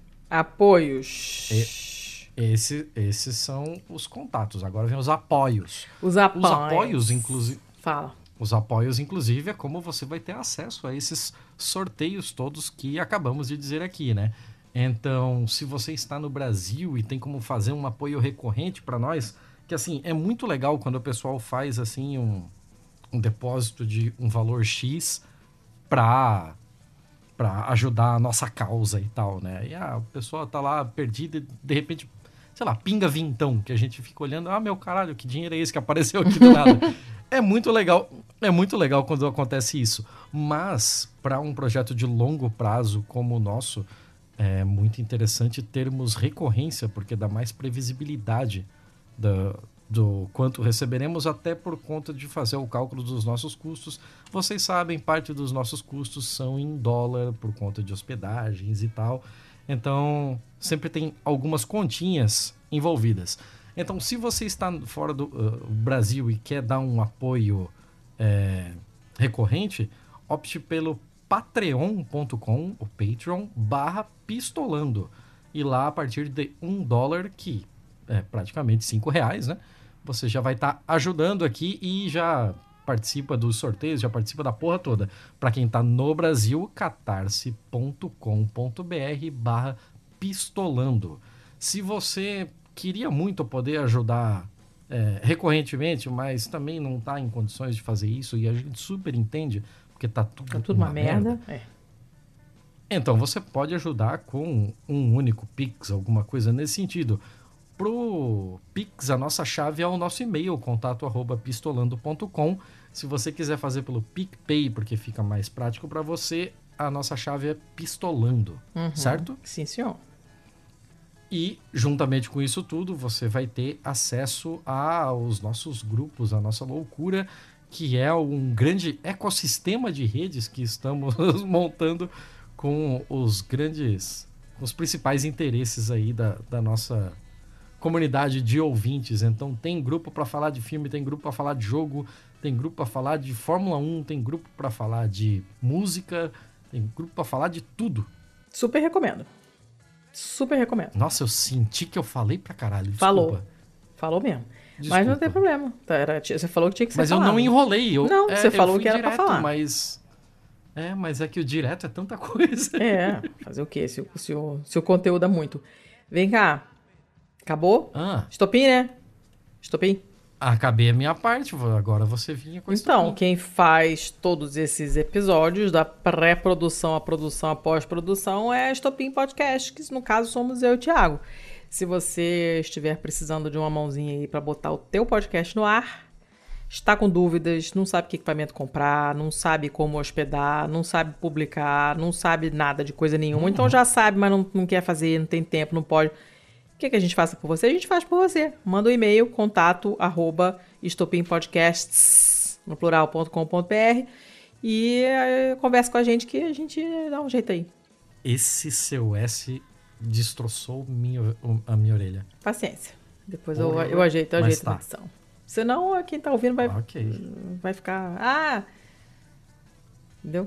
Apoios. Esse, esses são os contatos. Agora vem os apoios. Os apoios. Os apoios, inclusive. Fala. Os apoios, inclusive, é como você vai ter acesso a esses sorteios todos que acabamos de dizer aqui, né? Então, se você está no Brasil e tem como fazer um apoio recorrente para nós, que assim, é muito legal quando o pessoal faz assim um, um depósito de um valor X para para ajudar a nossa causa e tal, né? E a pessoa tá lá perdida e de repente, sei lá, pinga vintão, que a gente fica olhando, ah, meu caralho, que dinheiro é esse que apareceu aqui do nada? É muito legal, é muito legal quando acontece isso. Mas, para um projeto de longo prazo como o nosso, é muito interessante termos recorrência, porque dá mais previsibilidade da, do quanto receberemos, até por conta de fazer o cálculo dos nossos custos. Vocês sabem, parte dos nossos custos são em dólar, por conta de hospedagens e tal. Então, sempre tem algumas continhas envolvidas. Então, se você está fora do uh, Brasil e quer dar um apoio é, recorrente, opte pelo patreon ponto com, o Patreon, barra pistolando. E lá, a partir de um dólar, que é praticamente cinco reais, né? Você já vai estar tá ajudando aqui e já participa dos sorteios, já participa da porra toda. Para quem está no Brasil, catarse ponto com ponto b r barra pistolando. Se você queria muito poder ajudar é, recorrentemente, mas também não está em condições de fazer isso, e a gente super entende, porque tá tudo, Tá tudo uma, uma merda. merda. É. Então você pode ajudar com um único Pix, alguma coisa nesse sentido. Pro Pix, a nossa chave é o nosso e-mail, contato arroba pistolando ponto com. Se você quiser fazer pelo PicPay, porque fica mais prático para você, a nossa chave é pistolando, uhum. certo? Sim, senhor. E, juntamente com isso tudo, você vai ter acesso aos nossos grupos, a nossa loucura, que é um grande ecossistema de redes que estamos montando com os grandes, os principais interesses aí da, da nossa comunidade de ouvintes. Então tem grupo pra falar de filme, tem grupo pra falar de jogo, tem grupo pra falar de Fórmula um, tem grupo pra falar de música, tem grupo pra falar de tudo. Super recomendo. Super recomendo. Nossa, eu senti que eu falei pra caralho. Desculpa. Falou. Falou mesmo. Mas não Desculpa. tem problema. Tá, era- Você falou que tinha que ser Mas eu falado. não enrolei. Eu, Não, é, você eu falou fui que era pra direto, falar. Mas... É, mas é que o direto é tanta coisa. É, fazer o quê? Se, o- se, o, se o conteúdo é muito. Vem cá. Acabou? Ah, Estopim, né? Estopim? acabei a minha parte. vou- Agora você vinha com isso. Então, quem faz todos esses episódios, da pré-produção à produção, à pós-produção, é a Estopim Podcast, que no caso somos eu e o Thiago. Se você estiver precisando de uma mãozinha aí para botar o teu podcast no ar, está com dúvidas, não sabe que equipamento comprar, não sabe como hospedar, não sabe publicar, não sabe nada de coisa nenhuma, então já sabe, mas não, não quer fazer, não tem tempo, não pode. O que, que a gente faça por você? A gente faz por você. Manda um e-mail, contato, arroba, estopimpodcasts, no plural, ponto com ponto br, e eh, conversa com a gente que a gente dá um jeito aí. Esse seu S destroçou minha, a minha orelha. Paciência. Depois eu, Porra, eu ajeito, eu mas ajeito tá. na edição. Senão, quem tá ouvindo vai, Ok. vai ficar... Ah! Entendeu?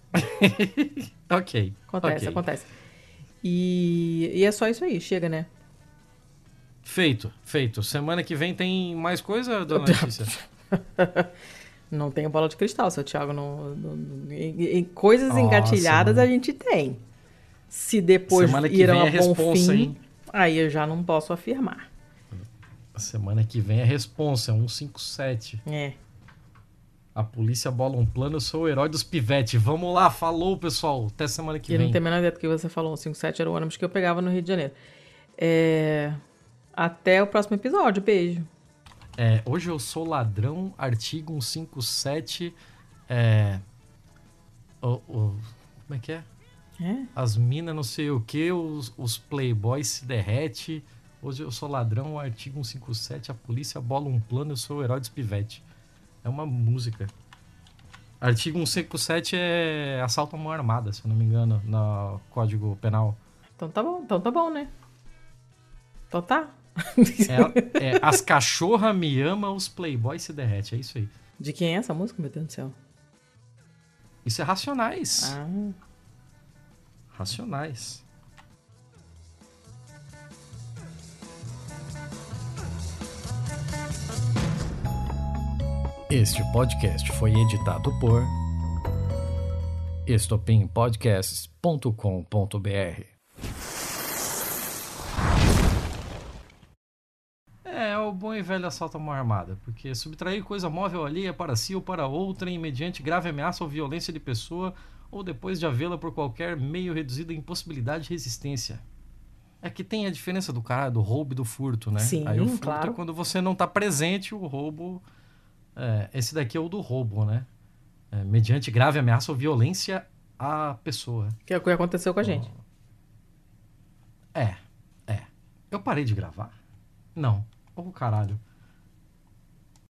Ok. Acontece, ok. acontece. E, e é só isso aí, chega, né? Feito, feito. Semana que vem tem mais coisa, dona Letícia? Não tem bola de cristal, seu Thiago. Não, não- não- em, em coisas Nossa, engatilhadas mano. a gente tem. Se depois Semana que irão vem a é bom responsa, fim, hein? aí eu já não posso afirmar. Semana que vem é responsa, é cento e cinquenta e sete. É. A polícia bola um plano, eu sou o herói dos pivetes. Vamos lá, falou, pessoal. Até semana que E vem. não tem a menor ideia do que você falou. O cinquenta e sete era o ônibus que eu pegava no Rio de Janeiro. É, até o próximo episódio. Beijo. É, hoje eu sou ladrão, artigo cento e cinquenta e sete. É, o, o- como é que é? É? As minas não sei o que, os, os playboys se derrete. Hoje eu sou ladrão, artigo cento e cinquenta e sete. A polícia bola um plano, eu sou o herói dos pivetes. É uma música. Artigo cento e cinquenta e sete é assalto à mão armada, se eu não me engano, no Código Penal. Então tá bom. Então tá bom, né? Então tá. É, é, as cachorra me ama, os playboys se derrete. É isso aí. De quem é essa música, meu Deus do céu? Isso é Racionais. Ah, Racionais. Este podcast foi editado por estopim podcasts ponto com ponto br. É o bom e velho assalto à mão armada, porque subtrair coisa móvel alheia para si ou para outrem mediante grave ameaça ou violência de pessoa ou depois de havê-la por qualquer meio reduzido a impossibilidade de resistência. É que tem a diferença do cara, do roubo e do furto, né? Sim, Aí o furto claro. é quando você não tá presente, o roubo... É, esse daqui é o do roubo, né? É, mediante grave ameaça ou violência à pessoa. que é o que aconteceu com a gente. É, é. Eu parei de gravar? Não. Ô, caralho.